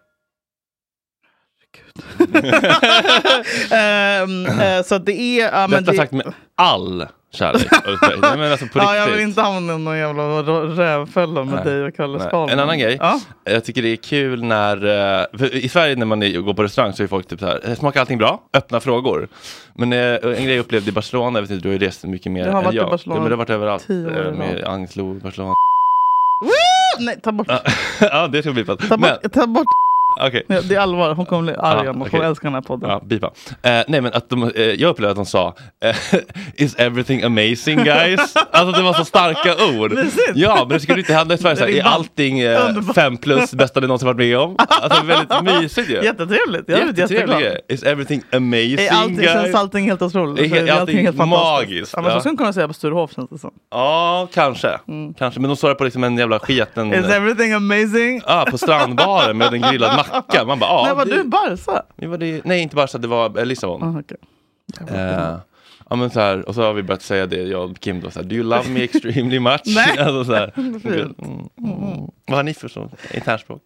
um, uh, så det är... Uh, men Detta det... sagt med all kärlek. Nej, men alltså på ja, jag vill riktigt. inte hamna någon jävla rävfälla med Nej. dig och Kalle Nej. Skalman. En annan grej. Ja? Jag tycker det är kul när... eh, för I Sverige när man är, går på restaurang så är folk typ så här: smakar allting bra? Öppna frågor. Men eh, en grej jag upplevde i Barcelona, jag vet inte, du har ju rest mycket mer Jag har än varit i jag. Barcelona Ja, men det har varit överallt. tio år eh, i Med rad. Anglo, Barcelona. Woo! Nej, ta bort. Ja, det ska bli fast. Ta bort. Men, Ta bort. okej. Ja, det är allvar. Hon kommer bli arg. Ja, Hon okej. kommer älska den här podden. Ja, bipa. Eh, nej men att de, eh, jag upplevde att de sa eh, is everything amazing guys? Alltså det var så starka ord. Mysigt. Ja, men det skulle inte hända i Sverige. Så här, Det är är allting eh, underbart. fem plus bästa ni någonsin varit med om? Alltså väldigt mysigt ju. Jättetrevligt. Jag är Jättetrevlig jätteglad. grej. Is everything amazing Är allting, guys? känns allting helt otroligt? Är he- Är allting magiskt, Ja, men ja. så skulle man kunna säga på Sturehof känns det som. Ja, kanske. kanske. Men de står på liksom en jävla sketen... Is everything amazing? Ja, på strandbaren med en grillad macka. Man bara, ja. Nej, var det- du Barca? det var det, nej, inte bara så, det var eh, Lissabon. Ah, okay. Eh, ja, men så här, och så har vi börjat säga det, jag och Kim då, så här, do you love me extremely much? Nej. Alltså, så här. Fint. Mm, mm. Vad har ni för så internspråk?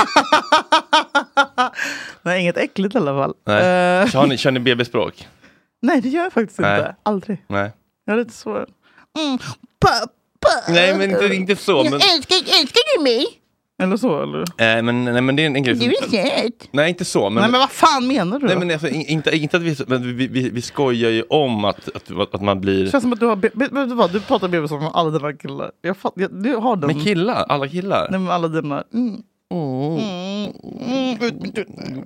Nej, inget äckligt i alla fall. Nej. Eh, Kör, ni, kör ni B B-språk? Nej, det gör jag faktiskt Nej. inte. Aldrig. Nej. Jag är lite svår. Mm. Pappa! Nej, men inte, inte så. Men, älskar, älskar du mig? Eller så, eller? eh, men, nej, men det är en, en grej. Du är söt. Nej, inte så. Men, Nej, men vad fan menar du nej, då? men alltså, in- inte, inte att vi, men vi, vi, vi skojar ju om att, att, att man blir... Det känns som att du har... be- Vet du vad? Du pratar B B som alla dina killar. Jag fatt, jag, du har den. Men killar? Alla killar? Nej, men alla dina... Mm. Mm. Mm. Ut med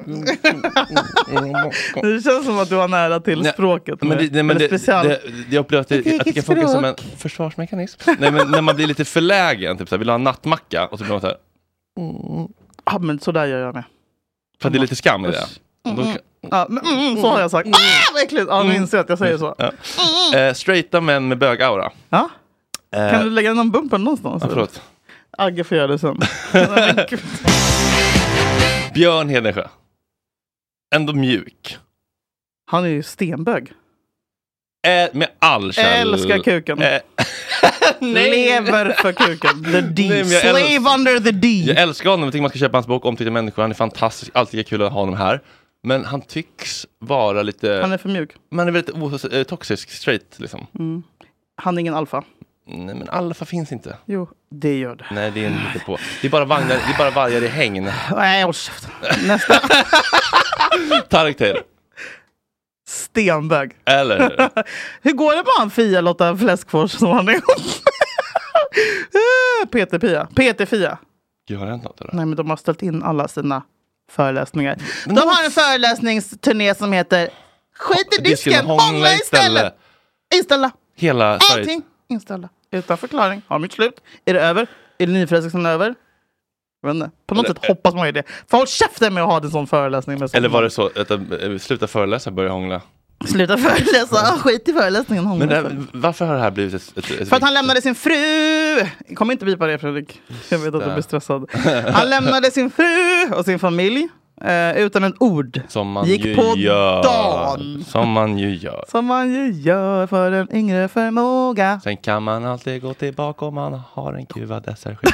det känns som att du har nära till Nej, språket. Men det, nej, men eller det, special. det, jag upplever att det, Vilket att det kan funka som en språk? försvarsmekanism. Nej, men när man blir lite förlägen, typ så här, vill ha en nattmacka och så blir man så här... Mm. Ja, men så där gör jag med. För att det är lite skam i det. Mm. Då kan- Ja, men, mm, så har jag sagt. Ah, vad äckligt! Ja, nu inser jag att jag säger så. Ja. Eh, straighta män med bögaura. Ja? Eh, Kan du lägga någon bumper någonstans? ja, förlåt. Agge får göra det sen. Nej, men gud. Björn Hedensjö. Ändå mjuk. Han är ju stenbög. Eh, med all kärlek. Älskar kuken. Eh, Lever för kuken. The D. Nej, men jag Slave älsk- under the D. Jag älskar honom, jag tycker man ska köpa hans bok Omtyckta människor. Han är fantastisk, alltid är kul att ha honom här. Men han tycks vara lite... Han är för mjuk. Man är väldigt o- eh, toxisk, straight liksom. Mm. Han är ingen alfa. Nej, men alfa finns inte. Jo, det gör det. Nej, det är en lite på. Det är bara vagnar, det är bara vargar i hägn. Nej, håll käften. Nästa. Tarek Taylor. Stenbög. Eller hur? Hur går det med han Fia Lotta Fläskfors som han är? Peter Pia. Peter Fia. Gud, har det hänt något eller? Nej, men de har ställt in alla sina föreläsningar. De har en föreläsningsturné som heter Skit i disken, hångla istället. Inställa. Hela Sverige. Allting inställa. Utan förklaring. Har mitt slut. Är det över? Är det nyförälskelsen över? Jag vet inte. På något Eller- sätt hoppas man ju det. För håll käften med att ha en sån föreläsning. Med sån Eller var det så att äh, sluta föreläsa börja hångla? Sluta föreläsa. Ah, skit i föreläsningen. Hångla Men det, istället. varför har det här blivit ett... ett, ett För att han lämnade sin fru. Kom inte bipa det, Fredrik. Jag vet att du blir stressad. Han lämnade sin fru och sin familj eh, utan ett ord. Som man Gick ju på gör. dagen. Som man ju gör. Som man ju gör för en yngre förmåga. Sen kan man alltid gå tillbaka om man har en kuvad S R sju.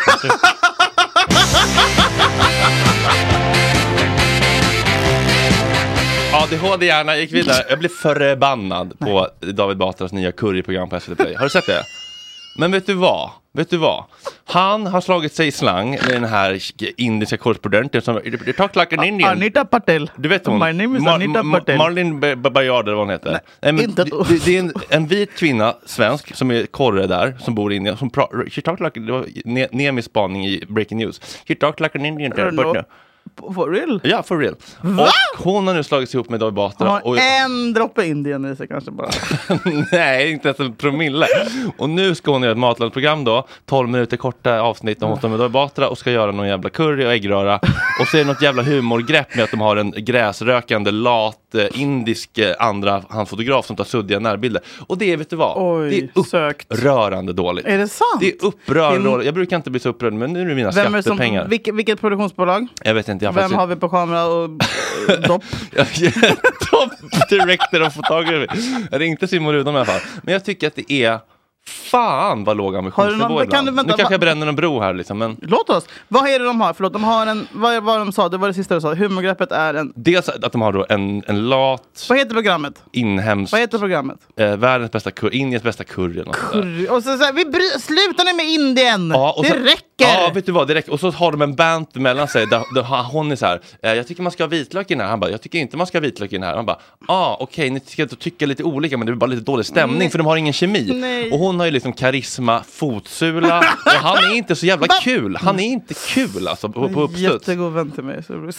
A D H D-hjärna gick vidare. Jag blev förbannad på David Batras nya curryprogram på S V T Play. Har du sett det? Men vet du vad? Vet du vad? Han har slagit sig i slang med den här indiska korrespondenten som you talk like an Indian. Anita Patel. Du vet hon? My name is Mar- Anita Ma- Patel. Marlin B- B- Bayard eller vad hon heter. Nej, men inte det, då. det, det är en, en vit kvinna, svensk, som är korre där, som bor i Indien. Som pra- she talked like, det var ne- Nemis spaning i Breaking News. She talked like an Indian. There, but no. For real? Ja, for real. Va? Och hon har nu slagit sig ihop med David Batra. Han Och, har en droppe Indien i sig kanske bara. nej, inte ens en promille. Och nu ska hon göra ett matlandsprogram då. tolv minuter korta avsnitt. Hon står med David Batra och ska göra någon jävla curry och äggröra. Och så är det något jävla humorgrepp med att de har en gräsrökande, lat, eh, indisk eh, andra handfotograf som tar suddiga närbilder. Och det är, vet du vad? Oj, det är upprörande dåligt. Är det sant? Det är upprörande In- dåligt. Jag brukar inte bli så upprörd, men nu är det mina Vem är det som, skattepengar. vilket, vilket produktionsbolag? Jag vet inte. Jag Vem faktiskt- har vi på kamera och dopp. Top director of photography. Det är inte Simon Rudholm i alla fall. Men jag tycker att det är fan vad låg ambitionsnivå ibland. Nu kanske jag bränner en bro här liksom, men... Låt oss. Vad är det de har? Förlåt, de har en... Vad var de sa? Det var det sista du sa. Humorgreppet är en... Dels att de har då en, en lat... Vad heter programmet? Inhemskt... Vad heter programmet? Eh, världens bästa curry. Indiens bästa curry. Curry. Och så, så här, vi bry... slutar nu med Indien! Ja, och det så, räcker! Ja, vet du vad? Det räcker. Och så har de en band mellan sig där, där hon är så här, eh, jag tycker man ska ha vitlök i den här. Han bara, jag tycker inte man ska ha vitlök i den här. Han bara, ah, okej, okay, ni ska tycka lite olika, men det är bara lite dålig stämning. Nej. För de har ingen kemi. Nej. Och hon har ju liksom karisma, fotsula. Och han är inte så jävla kul. Han är inte kul alltså på, på uppstuds. Jättegod vän till mig. Så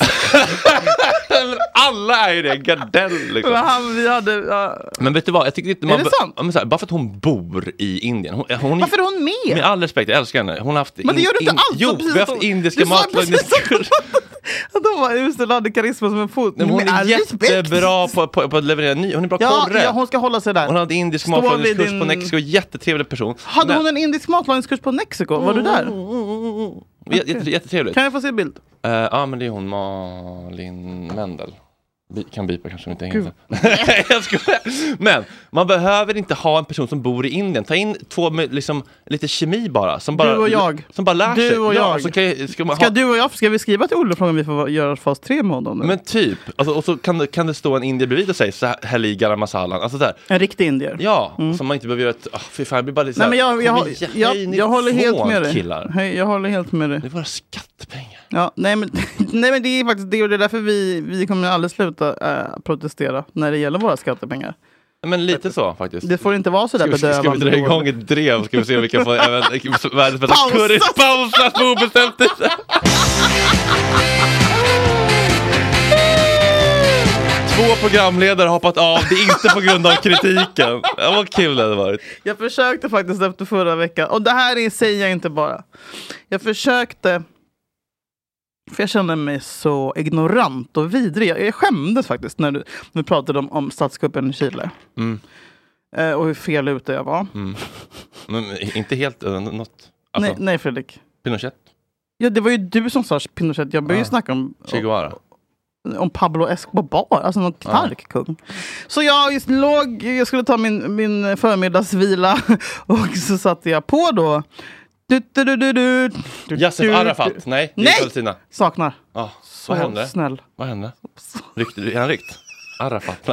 alla är ju det, Gardell liksom. Men, han, vi hade, ja. Men vet du vad, jag tycker inte man... Är det sant? Men så här, bara för att hon bor i Indien. Hon, hon, varför är hon med? Med all respekt, jag älskar henne. Hon har haft... Men det gör du inte alls. Jo, vi har haft indiska matlagningskurser. De var just och hade karisma som en fot. Nej, hon är jättebra på, på, på att leverera ny. Hon är bra ja, korre. Ja, hon ska hålla sig där. Hon hade indisk matlagningskurs din... på Mexiko. Jättetrevlig person. Hade men... hon en indisk matlagningskurs på Mexiko? Var du där? Okay. Jätte, jättetrevligt. Kan jag få se bild? Uh, ja, men det är hon Malin Mendel. Vi kan bipa kanske inte engelska. Jag skojar. Men man behöver inte ha en person som bor i Indien. Ta in två med liksom, lite kemi bara. Som bara du och jag. Som bara lär du sig. Och ja, jag. Så kan, ska man ska ha... du och jag, ska vi skriva till Olle om vi får göra fas tre med honom? Men typ. Alltså, och så kan det, kan det stå en indier bredvid och säga så här, häll i garam masalan. Alltså där. En riktig indier. Ja, mm. Som man inte behöver göra ett... Oh, fy fan, det blir bara lite så här... Nej, men jag, jag, jag, jag, jag, jag håller helt med dig. Killar. Hej, jag håller helt med dig. Det är våra skattepengar. Ja, nej men, nej men det är faktiskt det, och det är därför vi, vi kommer aldrig sluta äh, protestera när det gäller våra skattepengar. Men lite så faktiskt. Det får inte vara så där bedövande. Ska vi dra igång ett drev? Ska vi se om vi kan få även världens bästa curry pausat på obestämt tid. Två programledare har hoppat av. Det är inte på grund av kritiken. Ja, vad kul det hade varit. Jag försökte faktiskt efter förra veckan. Och det här är, säger jag inte bara. Jag försökte... För jag känner mig så ignorant och vidrig. Jag skämdes faktiskt när du, när du pratade om, om statskuppen i Chile. Mm. Eh, och hur fel ute jag var. Mm. Men inte helt uh, något... Alltså, nej, nej, Fredrik. Pinochet? Ja, det var ju du som sa Pinochet. Jag började ju ah. snacka om... Che Guevara. Om Pablo Escobar, alltså någon knarkkung. Ah. Så jag just låg, jag skulle ta min, min förmiddagsvila och så satte jag på då. Du, du, du, du, du, du, Yasser Arafat, nej. Nej, Palestina. Saknar. Ah, så vad hände? Snäll. Vad hände? Ryckte du? Är han ryckt? Arafat.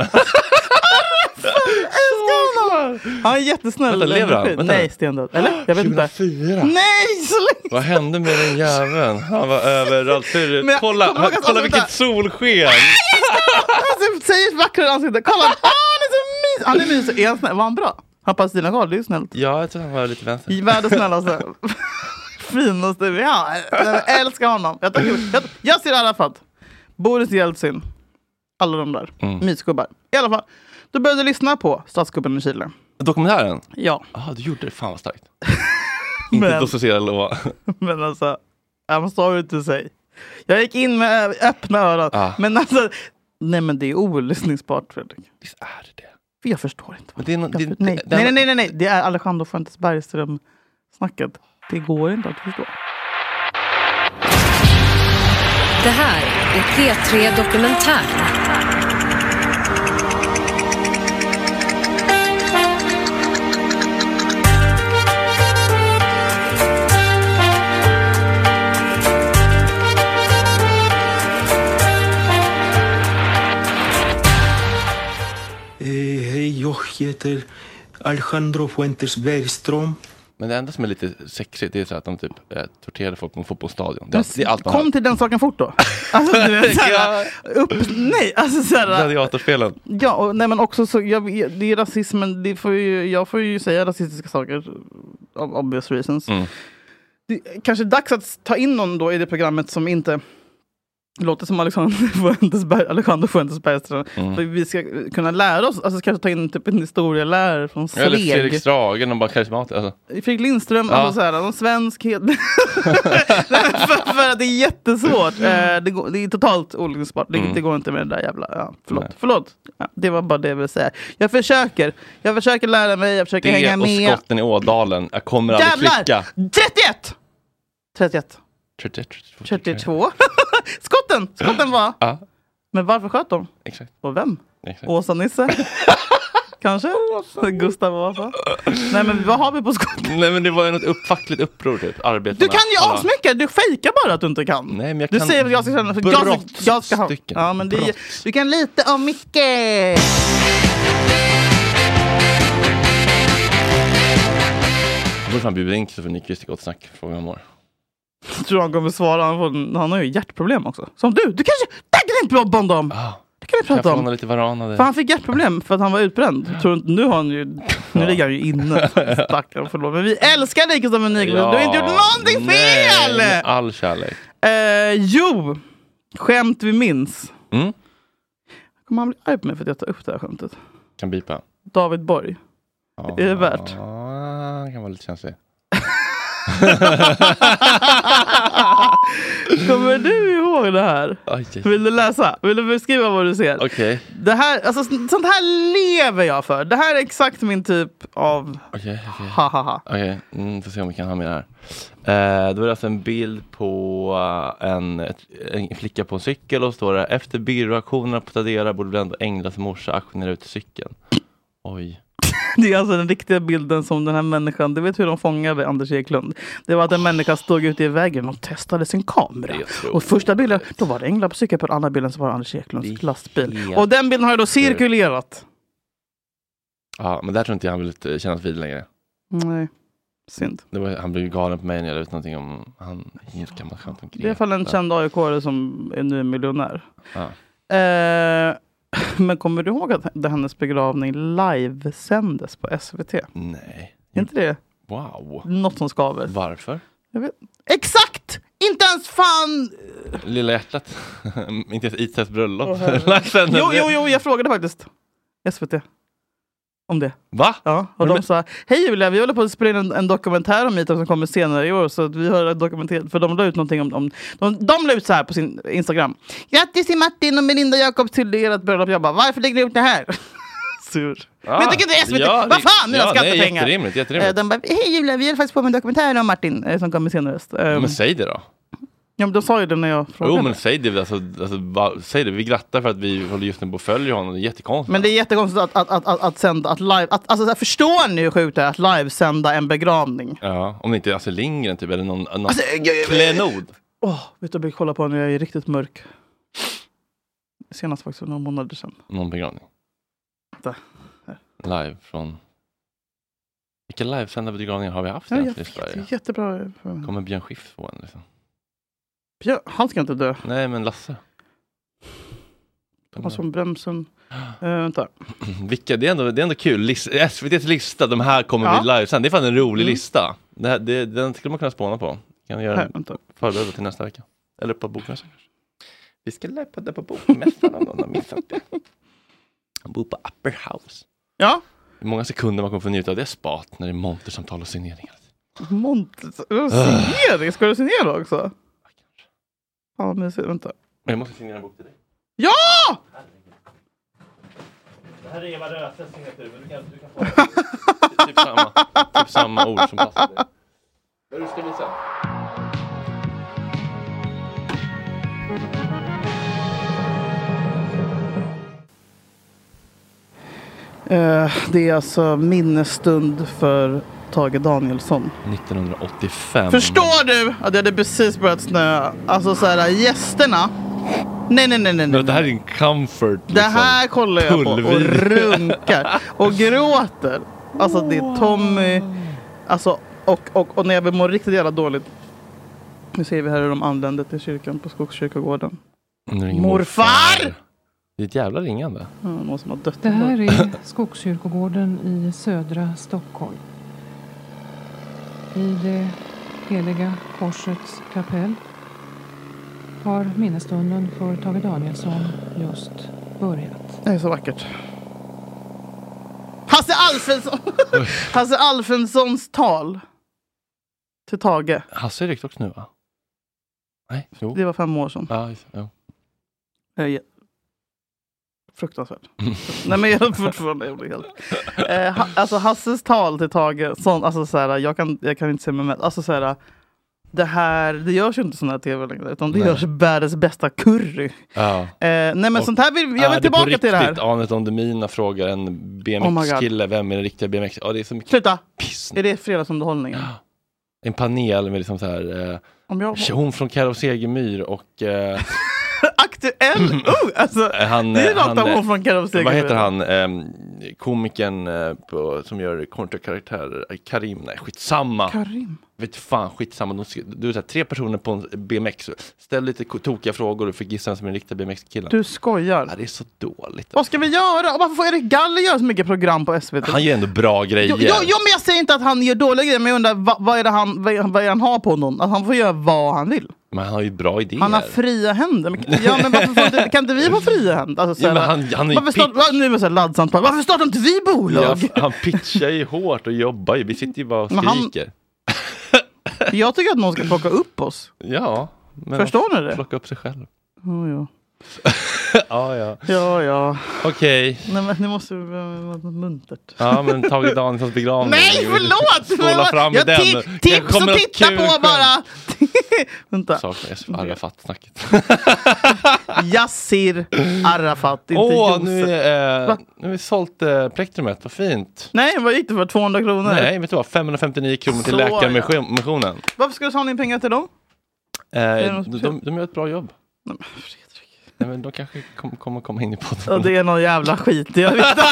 Han är jättesnäll. Vänta, lever han? Vänta. Nej, stendöd. Eller? Jag vet inte. tjugohundrafyra. Nej, så länge. Vad hände med den jäveln? Han var överallt. Men, kolla, kolla, kolla, kolla vilket solsken. Alltså, säg vackrare ansikte. Kolla, ah, han är så mys. Han är mysig. Är han snäll? Var han bra? Han passade dina gal, det är ju snällt. Ja, jag tror han var lite vänster. Världens snällaste. Finaste vi har. Jag älskar honom. Jag, jag, jag ser i alla fall Boris Jeltsin. Alla de där. Mm. Mysgubbar. I alla fall. Då började jag lyssna på statskuppen i Chile. Dokumentären? Ja. Jaha, du gjorde det. Fan vad starkt. Inte dissocierad lova. Men alltså, I'm sorry to say. Jag gick in med öppna öron. Ah. Men alltså, nej men det är olyssningsbart, Fredrik. Visst är det det? För jag förstår inte. Men det är no, det, nej. Det, nej, nej, nej, nej, nej. Det är Alejandro Fuentes Bergström snacket. Det går inte att förstå. Det här är P tre Dokumentär. Hej, jag heter Alejandro Fuentes Bergström. Men det enda som är lite sexigt är så att de typ eh, torterade folk på en fotbollsstadion. Det, det är allt man Kom har. till den saken fort då. Alltså, du vet, såhär, upp, nej, alltså såhär. Gladiatorspelen. Ja, och, nej men också så, jag, det är rasismen, det får ju, jag får ju säga rasistiska saker of obvious reasons. Mm. Det är kanske dags att ta in någon då i det programmet som inte låter som Alexander Fuentes, Alejandro Fuentes Bergström. Mm. Vi ska kunna lära oss, alltså kanske ta in typ en historielärare från Sveg. Eller Fredrik Stragen och bara karismatisk. Alltså. Fredrik Lindström, ja. Alltså såhär, någon svensk helt... för, för att det är jättesvårt. Eh, det, går, det är totalt olycksbart. Det, mm. det går inte med det där jävla... Ja, förlåt. förlåt. Ja, det var bara det jag ville säga. Jag försöker. Jag försöker lära mig, jag försöker det hänga med. Det och skotten i Ådalen. Jag kommer aldrig Jävlar! klicka. trettioett! trettioett. trettioett. trettiotvå. Skotten! Skotten var... Ja. Men varför sköt de? Exakt. Och vem? Exakt. Åsa Nisse? Kanske? Gustav Vasa? Nej, men vad har vi på skolan? Nej, men det var ju något uppfackligt uppror typ. Arbetarna. Du kan ju alla- asmycket, du fejkar bara att du inte kan. Nej, men jag du kan säger att jag ska känna för jag, ska- jag ska ha. brottstycken. Ja, men det, Brott. du kan lite om mycket. Jag borde fan bjuda in Kristoffer Nyqvist till Gott Snack. Fråga om år. Jag tror han kommer svara. Han, får, han har ju hjärtproblem också. Som du. Du kanske... Det kan inte bonda om. Ah. Det kan vi Kan jag prata få om. honom lite varanade? För han fick hjärtproblem för att han var utbränd. Jag tror inte, nu har han ju... Nu ligger han ju inne. Stackarn, förlåt. Men vi älskar dig, Kristoffer Nyqvist. Du har inte gjort någonting fel! Nej, all kärlek. Eh, jo, skämt vi minns. Mm. Kommer han bli arg på mig för att jag tar upp det här skämtet? Kan bipa. David Borg. Ja, Är det värt? han kan vara lite känslig. Kommer du ihåg det här? Aj, aj. Vill du läsa? Vill du beskriva vad du ser? Okej. Okay. Det här, alltså, sånt här lever jag för. Det här är exakt min typ av Okej, okej. ha-ha-ha. Okej, mm, får se om vi kan ha med det här. Eh, då är det alltså en bild på uh, en, ett, en flicka på en cykel och står det: efter byråaktionerna på Tradera borde väl ändå Englas morsa auktionera ut cykeln. Oj. Det är alltså den riktiga bilden som den här människan, du vet hur de fångade Anders Eklund. Det var att en människa stod ute i vägen och testade sin kamera. Och första bilden, då var det Engla på cykel, på den andra bilden så var det Anders Eklunds lastbil. Och den bilden har då cirkulerat. Ja, men där tror inte jag han vill kännas vid längre. Nej, synd. Det var, han blev ju galen på mig när jag vet någonting om han inget gammalt skämt om Det är i alla fall en känd A I K-are som är nu miljonär. Ja. Eh, men kommer du ihåg att det, hennes begravning livesändes på S V T? Nej. Är inte det? Wow. Något som skaver. Varför? Jag vet. Exakt! Inte ens fan! Lilla hjärtat. Inte ens Itas bröllop. Oh, jo, jo, jo, jag frågade faktiskt S V T om det. Va? Ja, och de sa: hej Julia, vi håller på att spela in en, en dokumentär om Ita som kommer senare i år, så att vi har dokumenterat, för de la ut någonting om, om de, de la ut så här på sin Instagram: grattis till Martin och Melinda Jakobs till ert bröllop. Jag bara, varför lägger ni ut det här? Sur. Ah, men jag tycker inte S V T, ja, vad fan, mina ja, skattepengar. Nej, jätterimligt, jätterimligt. De bara, hej Julia, vi håller faktiskt på med en dokumentär om Martin eh, som kommer senare. Um, men säg det då. Ja, men de sa ju det när jag frågade. Jo, men säg det, alltså, alltså, va, säg det. Vi grattar för att vi håller just nu på att följa honom. Det är jättekonstigt. Men det är jättekonstigt att, att, att, att, att sända, att live, att, alltså förstår ni hur sjukt det är att live-sända en begravning? Ja, om det inte är Astrid Lindgren typ, eller någon, någon alltså, klenod. Åh, oh, vet du, jag kolla på när jag är riktigt mörk. Senast faktiskt för några månader sedan. Någon begravning. Där. Live från... Vilka livesända begravningar har vi haft ja, egentligen i Sverige? Jättebra. Kommer Björn Skifs få en liksom? Björn, han ska inte dö. Nej, men Lasse. Han som bromsen. Uh, vänta. Vilka, det är ändå, det är ändå kul. List, S V T:s lista, de här kommer ja. bli live sen. Det är fan en rolig mm. lista. Det här, det, den skulle man kunna spåna på. Kan göra här, vänta. Förbereda till nästa vecka. Eller på bokmässan kanske. Vi ska läppa det på bokmässan om någon har missat det. Han bor på Upper House. Ja. Hur många sekunder man kommer få njuta av det spat när det är montersamtal och signeringar. Monter... Signering? Ska du signera också? Ja, men vänta. Men jag måste signera en bok till dig. Ja! Det här är Eva Röses signatur, men du kan, du kan få typ, samma, typ samma ord som passar dig. Vad du ska visa? Uh, det är alltså minnesstund för Tage Danielsson. nittonhundraåttiofem. Förstår du att det hade precis börjat snöa? Alltså så här, gästerna. Nej, nej, nej, nej. nej. Det här är en comfort. Liksom. Det här kollar jag på och runkar och gråter. Alltså det är Tommy. Alltså, och, och, och när jag mår riktigt jävla dåligt. Nu ser vi här hur de anlände till kyrkan på Skogskyrkogården. Morfar! Det är ett jävla ringande. Ja, någon som har dött. Det här är Skogskyrkogården i södra Stockholm. I det heliga korsets kapell har minnesstunden för Tage Danielsson just börjat. Det är så vackert. Hasse Alfredson! Hasse Alfredsons tal till Tage. Hasse är också nu, va? Nej, jo. Det var fem år sedan. Ja, jo. Ja. Fruktansvärt. Nej, men jag fortfarande jag blir helt. Eh, ha, alltså Hasses tal till Tage, sån, alltså så här, jag kan jag kan inte se mig med. Alltså så här, det här, det görs ju inte sån här tv längre, utan det nej. görs världens bästa curry. Ja. Eh, nej men och sånt här vill jag vill tillbaka till det här. Är det på riktigt? Anet om Demina frågar en B M X-kille, oh vem är den riktiga B M X? Ja, det är så mycket Sluta! piss. Är det fredagsunderhållningen? Ja. En panel med liksom så här eh, om jag... hon från Karo Segemyhr och eh, aktuell! Oh, alltså, han, det är något han, av hon från Karo Segemyhr. Vad heter han? Eh, komikern eh, på, som gör kontrakaraktärer. Karim, nej skitsamma. Karim? Vet fan, skitsamma. Du är så här, tre personer på en B M X. Ställ lite tokiga frågor och fick gissa som en riktig B M X-kille. Du skojar. Ja, det är så dåligt. Vad ska vi göra? Varför får Erik Galler göra så mycket program på S V T? Han gör ändå bra grejer. Jo, jo, jo men jag säger inte att han gör dåliga grejer. Men jag undrar, vad, vad är det han, vad, vad är han har på någon? Att han får göra vad han vill. Men han har ju bra idéer. Han har fria händer. Men, ja, men varför får inte, kan inte vi få fria händer? Alltså, ja, men han, han varför, start, var, nu är det laddsamtal. Varför startar inte vi bolag? Ja, han pitchar ju hårt och jobbar ju. Vi sitter ju bara och skriker. Jag tycker att någon ska plocka upp oss. Ja. Men förstår ni det? Plocka upp sig själv. Oh, ja. ja, ja. Ja, ja. Okej. Okay. Nej, men det måste vara muntert. Ja, men Tage Danielssons begravning. Nej, förlåt! Spola fram jag den. T- tips och titta på bara. Vänta. Saknar Arafat-snacket. Yassir Arafat, inte Åh, Josef. nu, eh, nu har vi sålt eh, plektrumet. Vad fint. Nej, vad gick det för? tvåhundra kronor? Nej, vet du vad? femhundrafemtionio kronor till läkarmissionen. Varför ska du ta in pengar till dem? Eh, de, de, de gör ett bra jobb. Nej, men Fredrik. Nej, men de kanske kommer kom, komma in i podden. Ja, det är någon jävla skit. Jag vet inte.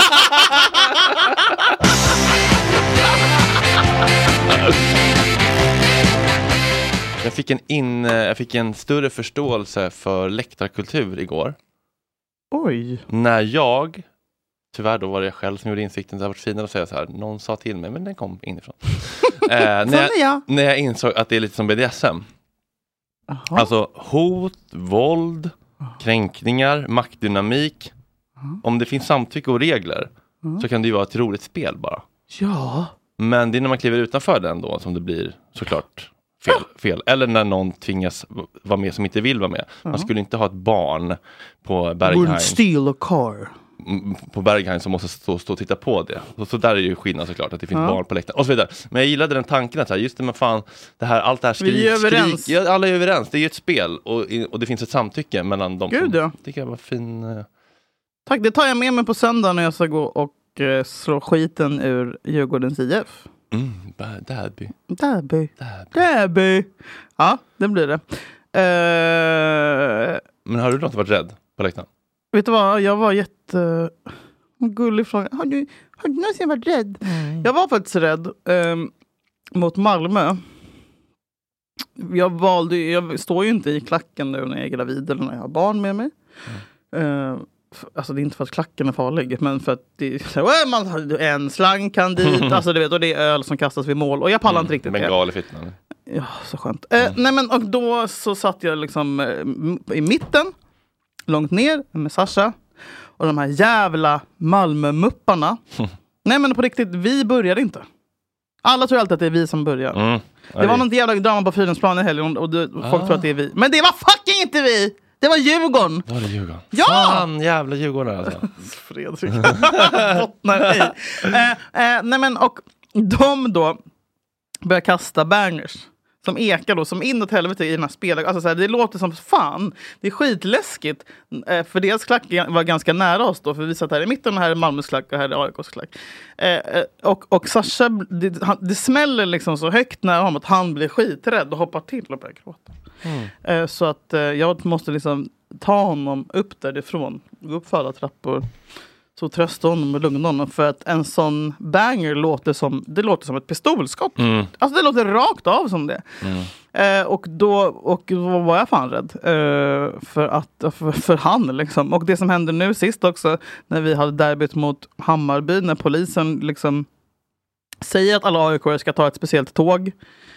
Jag fick, en in, jag fick en större förståelse för läktarkultur igår. Oj. När jag, tyvärr då var det jag själv som gjorde insikten, det hade varit finare att säga så här, någon sa till mig, men den kom inifrån. eh, när, jag, när jag insåg att det är lite som B D S M. Aha. Alltså hot, våld, kränkningar, maktdynamik. Aha. Om det finns samtycke och regler Aha. så kan det ju vara ett roligt spel bara. Ja. Men det är när man kliver utanför den då som det blir såklart fel. fel. Eller när någon tvingas vara med som inte vill vara med. Man ja. skulle inte ha ett barn på Berghain. Would steal a car. På Berghain som måste stå, stå och titta på det. Så, så där är ju skillnad såklart, att det finns ja. barn på läktaren och så vidare. Men jag gillade den tanken att så här, just det, men fan, det här, allt det här skrik, Vi är överens. skrik, ja, alla är överens. Det är ju ett spel och, och det finns ett samtycke mellan dem. Gud, ja. Tycker jag var fin. Uh... Tack, det tar jag med mig på söndag när jag ska gå och uh, slå skiten ur Djurgårdens I F. Mm, derby. Derby. Derby. Ja, det blir det. Uh... Men har du något varit rädd på läktaren? Vet du vad, jag var jätte gullig fråga. Har du, har du någonsin varit rädd? Mm. Jag var faktiskt rädd um, mot Malmö. Jag valde, jag står ju inte i klacken nu när jag är gravid eller när jag har barn med mig. Mm. Uh, alltså det är inte för att klacken är farlig, men för att det, så, man, en slang kan dit, alltså du vet, och det är öl som kastas vid mål och jag pallar mm. inte riktigt det. Bengal i fittan. Ja, så skönt. Mm. Uh, nej men och då så satt jag liksom uh, i mitten. Långt ner med Sasha. Och de här jävla Malmö-mupparna. Nej men på riktigt, vi började inte. Alla tror alltid att det är vi som börjar. Mm. Det var något jävla drama på Fridhemsplan i helgen. Och det, folk ah. tror att det är vi. Men det var fucking inte vi! Det var Djurgården! Var det Djurgården? Ja! Fan, jävla Djurgården alltså. Fredrik. Bottnar i. Eh, eh, nej men och de då börjar kasta bangers. Som ekar då, som inåt helvete i den här spelen. Alltså så här, det låter som fan. Det är skitläskigt. Eh, för deras klack var ganska nära oss då. För vi satt här i mitten, här är Malmös klack och här är A I K:s klack. Eh, och, och Sasha, det, han, det smäller liksom så högt när han, att han blir skiträdd och hoppar till och börjar gråta. Mm. Eh, så att eh, jag måste liksom ta honom upp därifrån. Gå upp för alla trappor. Så trösta honom och lugna honom. För att en sån banger låter som, det låter som ett pistolskott. Mm. Alltså det låter rakt av som det. Mm. Eh, och, då, och då var jag fan rädd. Eh, för, att, för, för han liksom. Och det som hände nu sist också. När vi hade derbyt mot Hammarby. När polisen liksom säger att alla A I K ska ta ett speciellt tåg.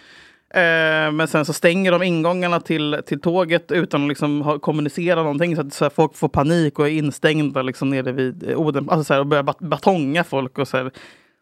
Eh, men sen så stänger de ingångarna till, till tåget utan att liksom ha, kommunicera någonting så att så här, folk får panik och är instängda liksom nere vid Oden, alltså så här, och börjar bat- batonga folk och så här.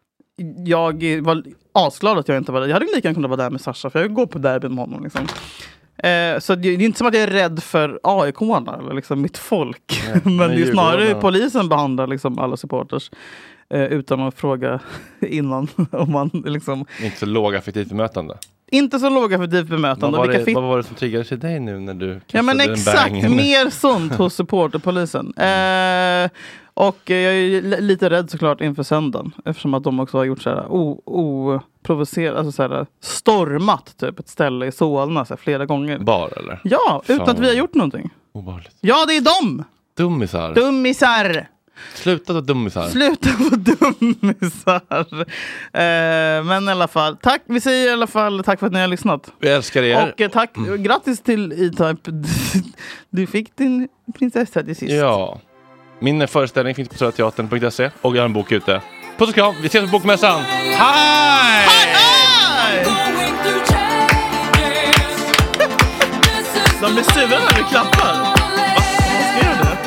Jag var asglad att jag inte var där. Jag hade lika gärna kunnat vara där med Sasha för jag går på derbyn med honom liksom. Eh, så det, det är inte som att jag är rädd för A I K-arna eller liksom mitt folk. Nej, men, men det är snarare hur polisen behandlar liksom alla supporters. Eh, utan att fråga innan om man liksom... Inte så låg affektivt bemötande. Inte så låga för ditt bemötande. Vad var, Vilka det, fit- vad var det som triggade till dig nu när du Ja men kastade en exakt, bang? mer sånt hos supporterpolisen. Eh, och jag är li- lite rädd såklart inför söndagen. Eftersom att de också har gjort så här oprovocerat, alltså så här stormat typ ett ställe i Solna så här, flera gånger. Bar eller? Ja, utan Fan. att vi har gjort någonting. Obehagligt. Ja, det är dem! Dummisar. Dummisar! Sluta då dummisar. Sluta på dummisar. Eh, men i alla fall, tack. Vi säger i alla fall tack för att ni har lyssnat. Vi älskar er. Och eh, tack, grattis till E-Type. Du fick din prinsessa till sist. Ja. Min föreställning finns på södra teatern punkt se och jag har en bok ute. Puss och kram, vi ses på Bokmässan. Hej! Hej! De blir sura när vi klappar. Va? Vad ska jag göra det?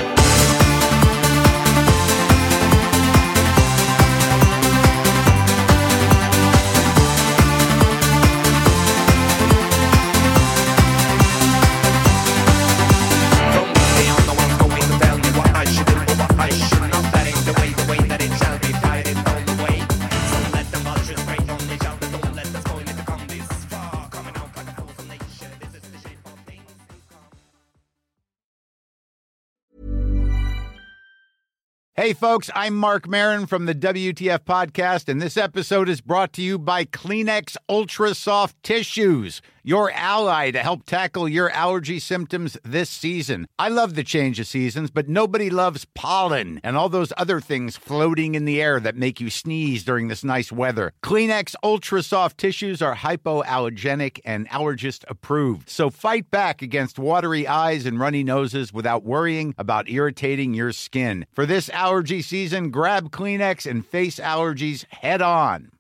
Hey, folks, I'm Mark Maron from the W T F Podcast, and this episode is brought to you by Kleenex Ultra Soft Tissues, your ally to help tackle your allergy symptoms this season. I love the change of seasons, but nobody loves pollen and all those other things floating in the air that make you sneeze during this nice weather. Kleenex Ultra Soft Tissues are hypoallergenic and allergist approved, so fight back against watery eyes and runny noses without worrying about irritating your skin. For this allergy season, grab Kleenex and face allergies head on.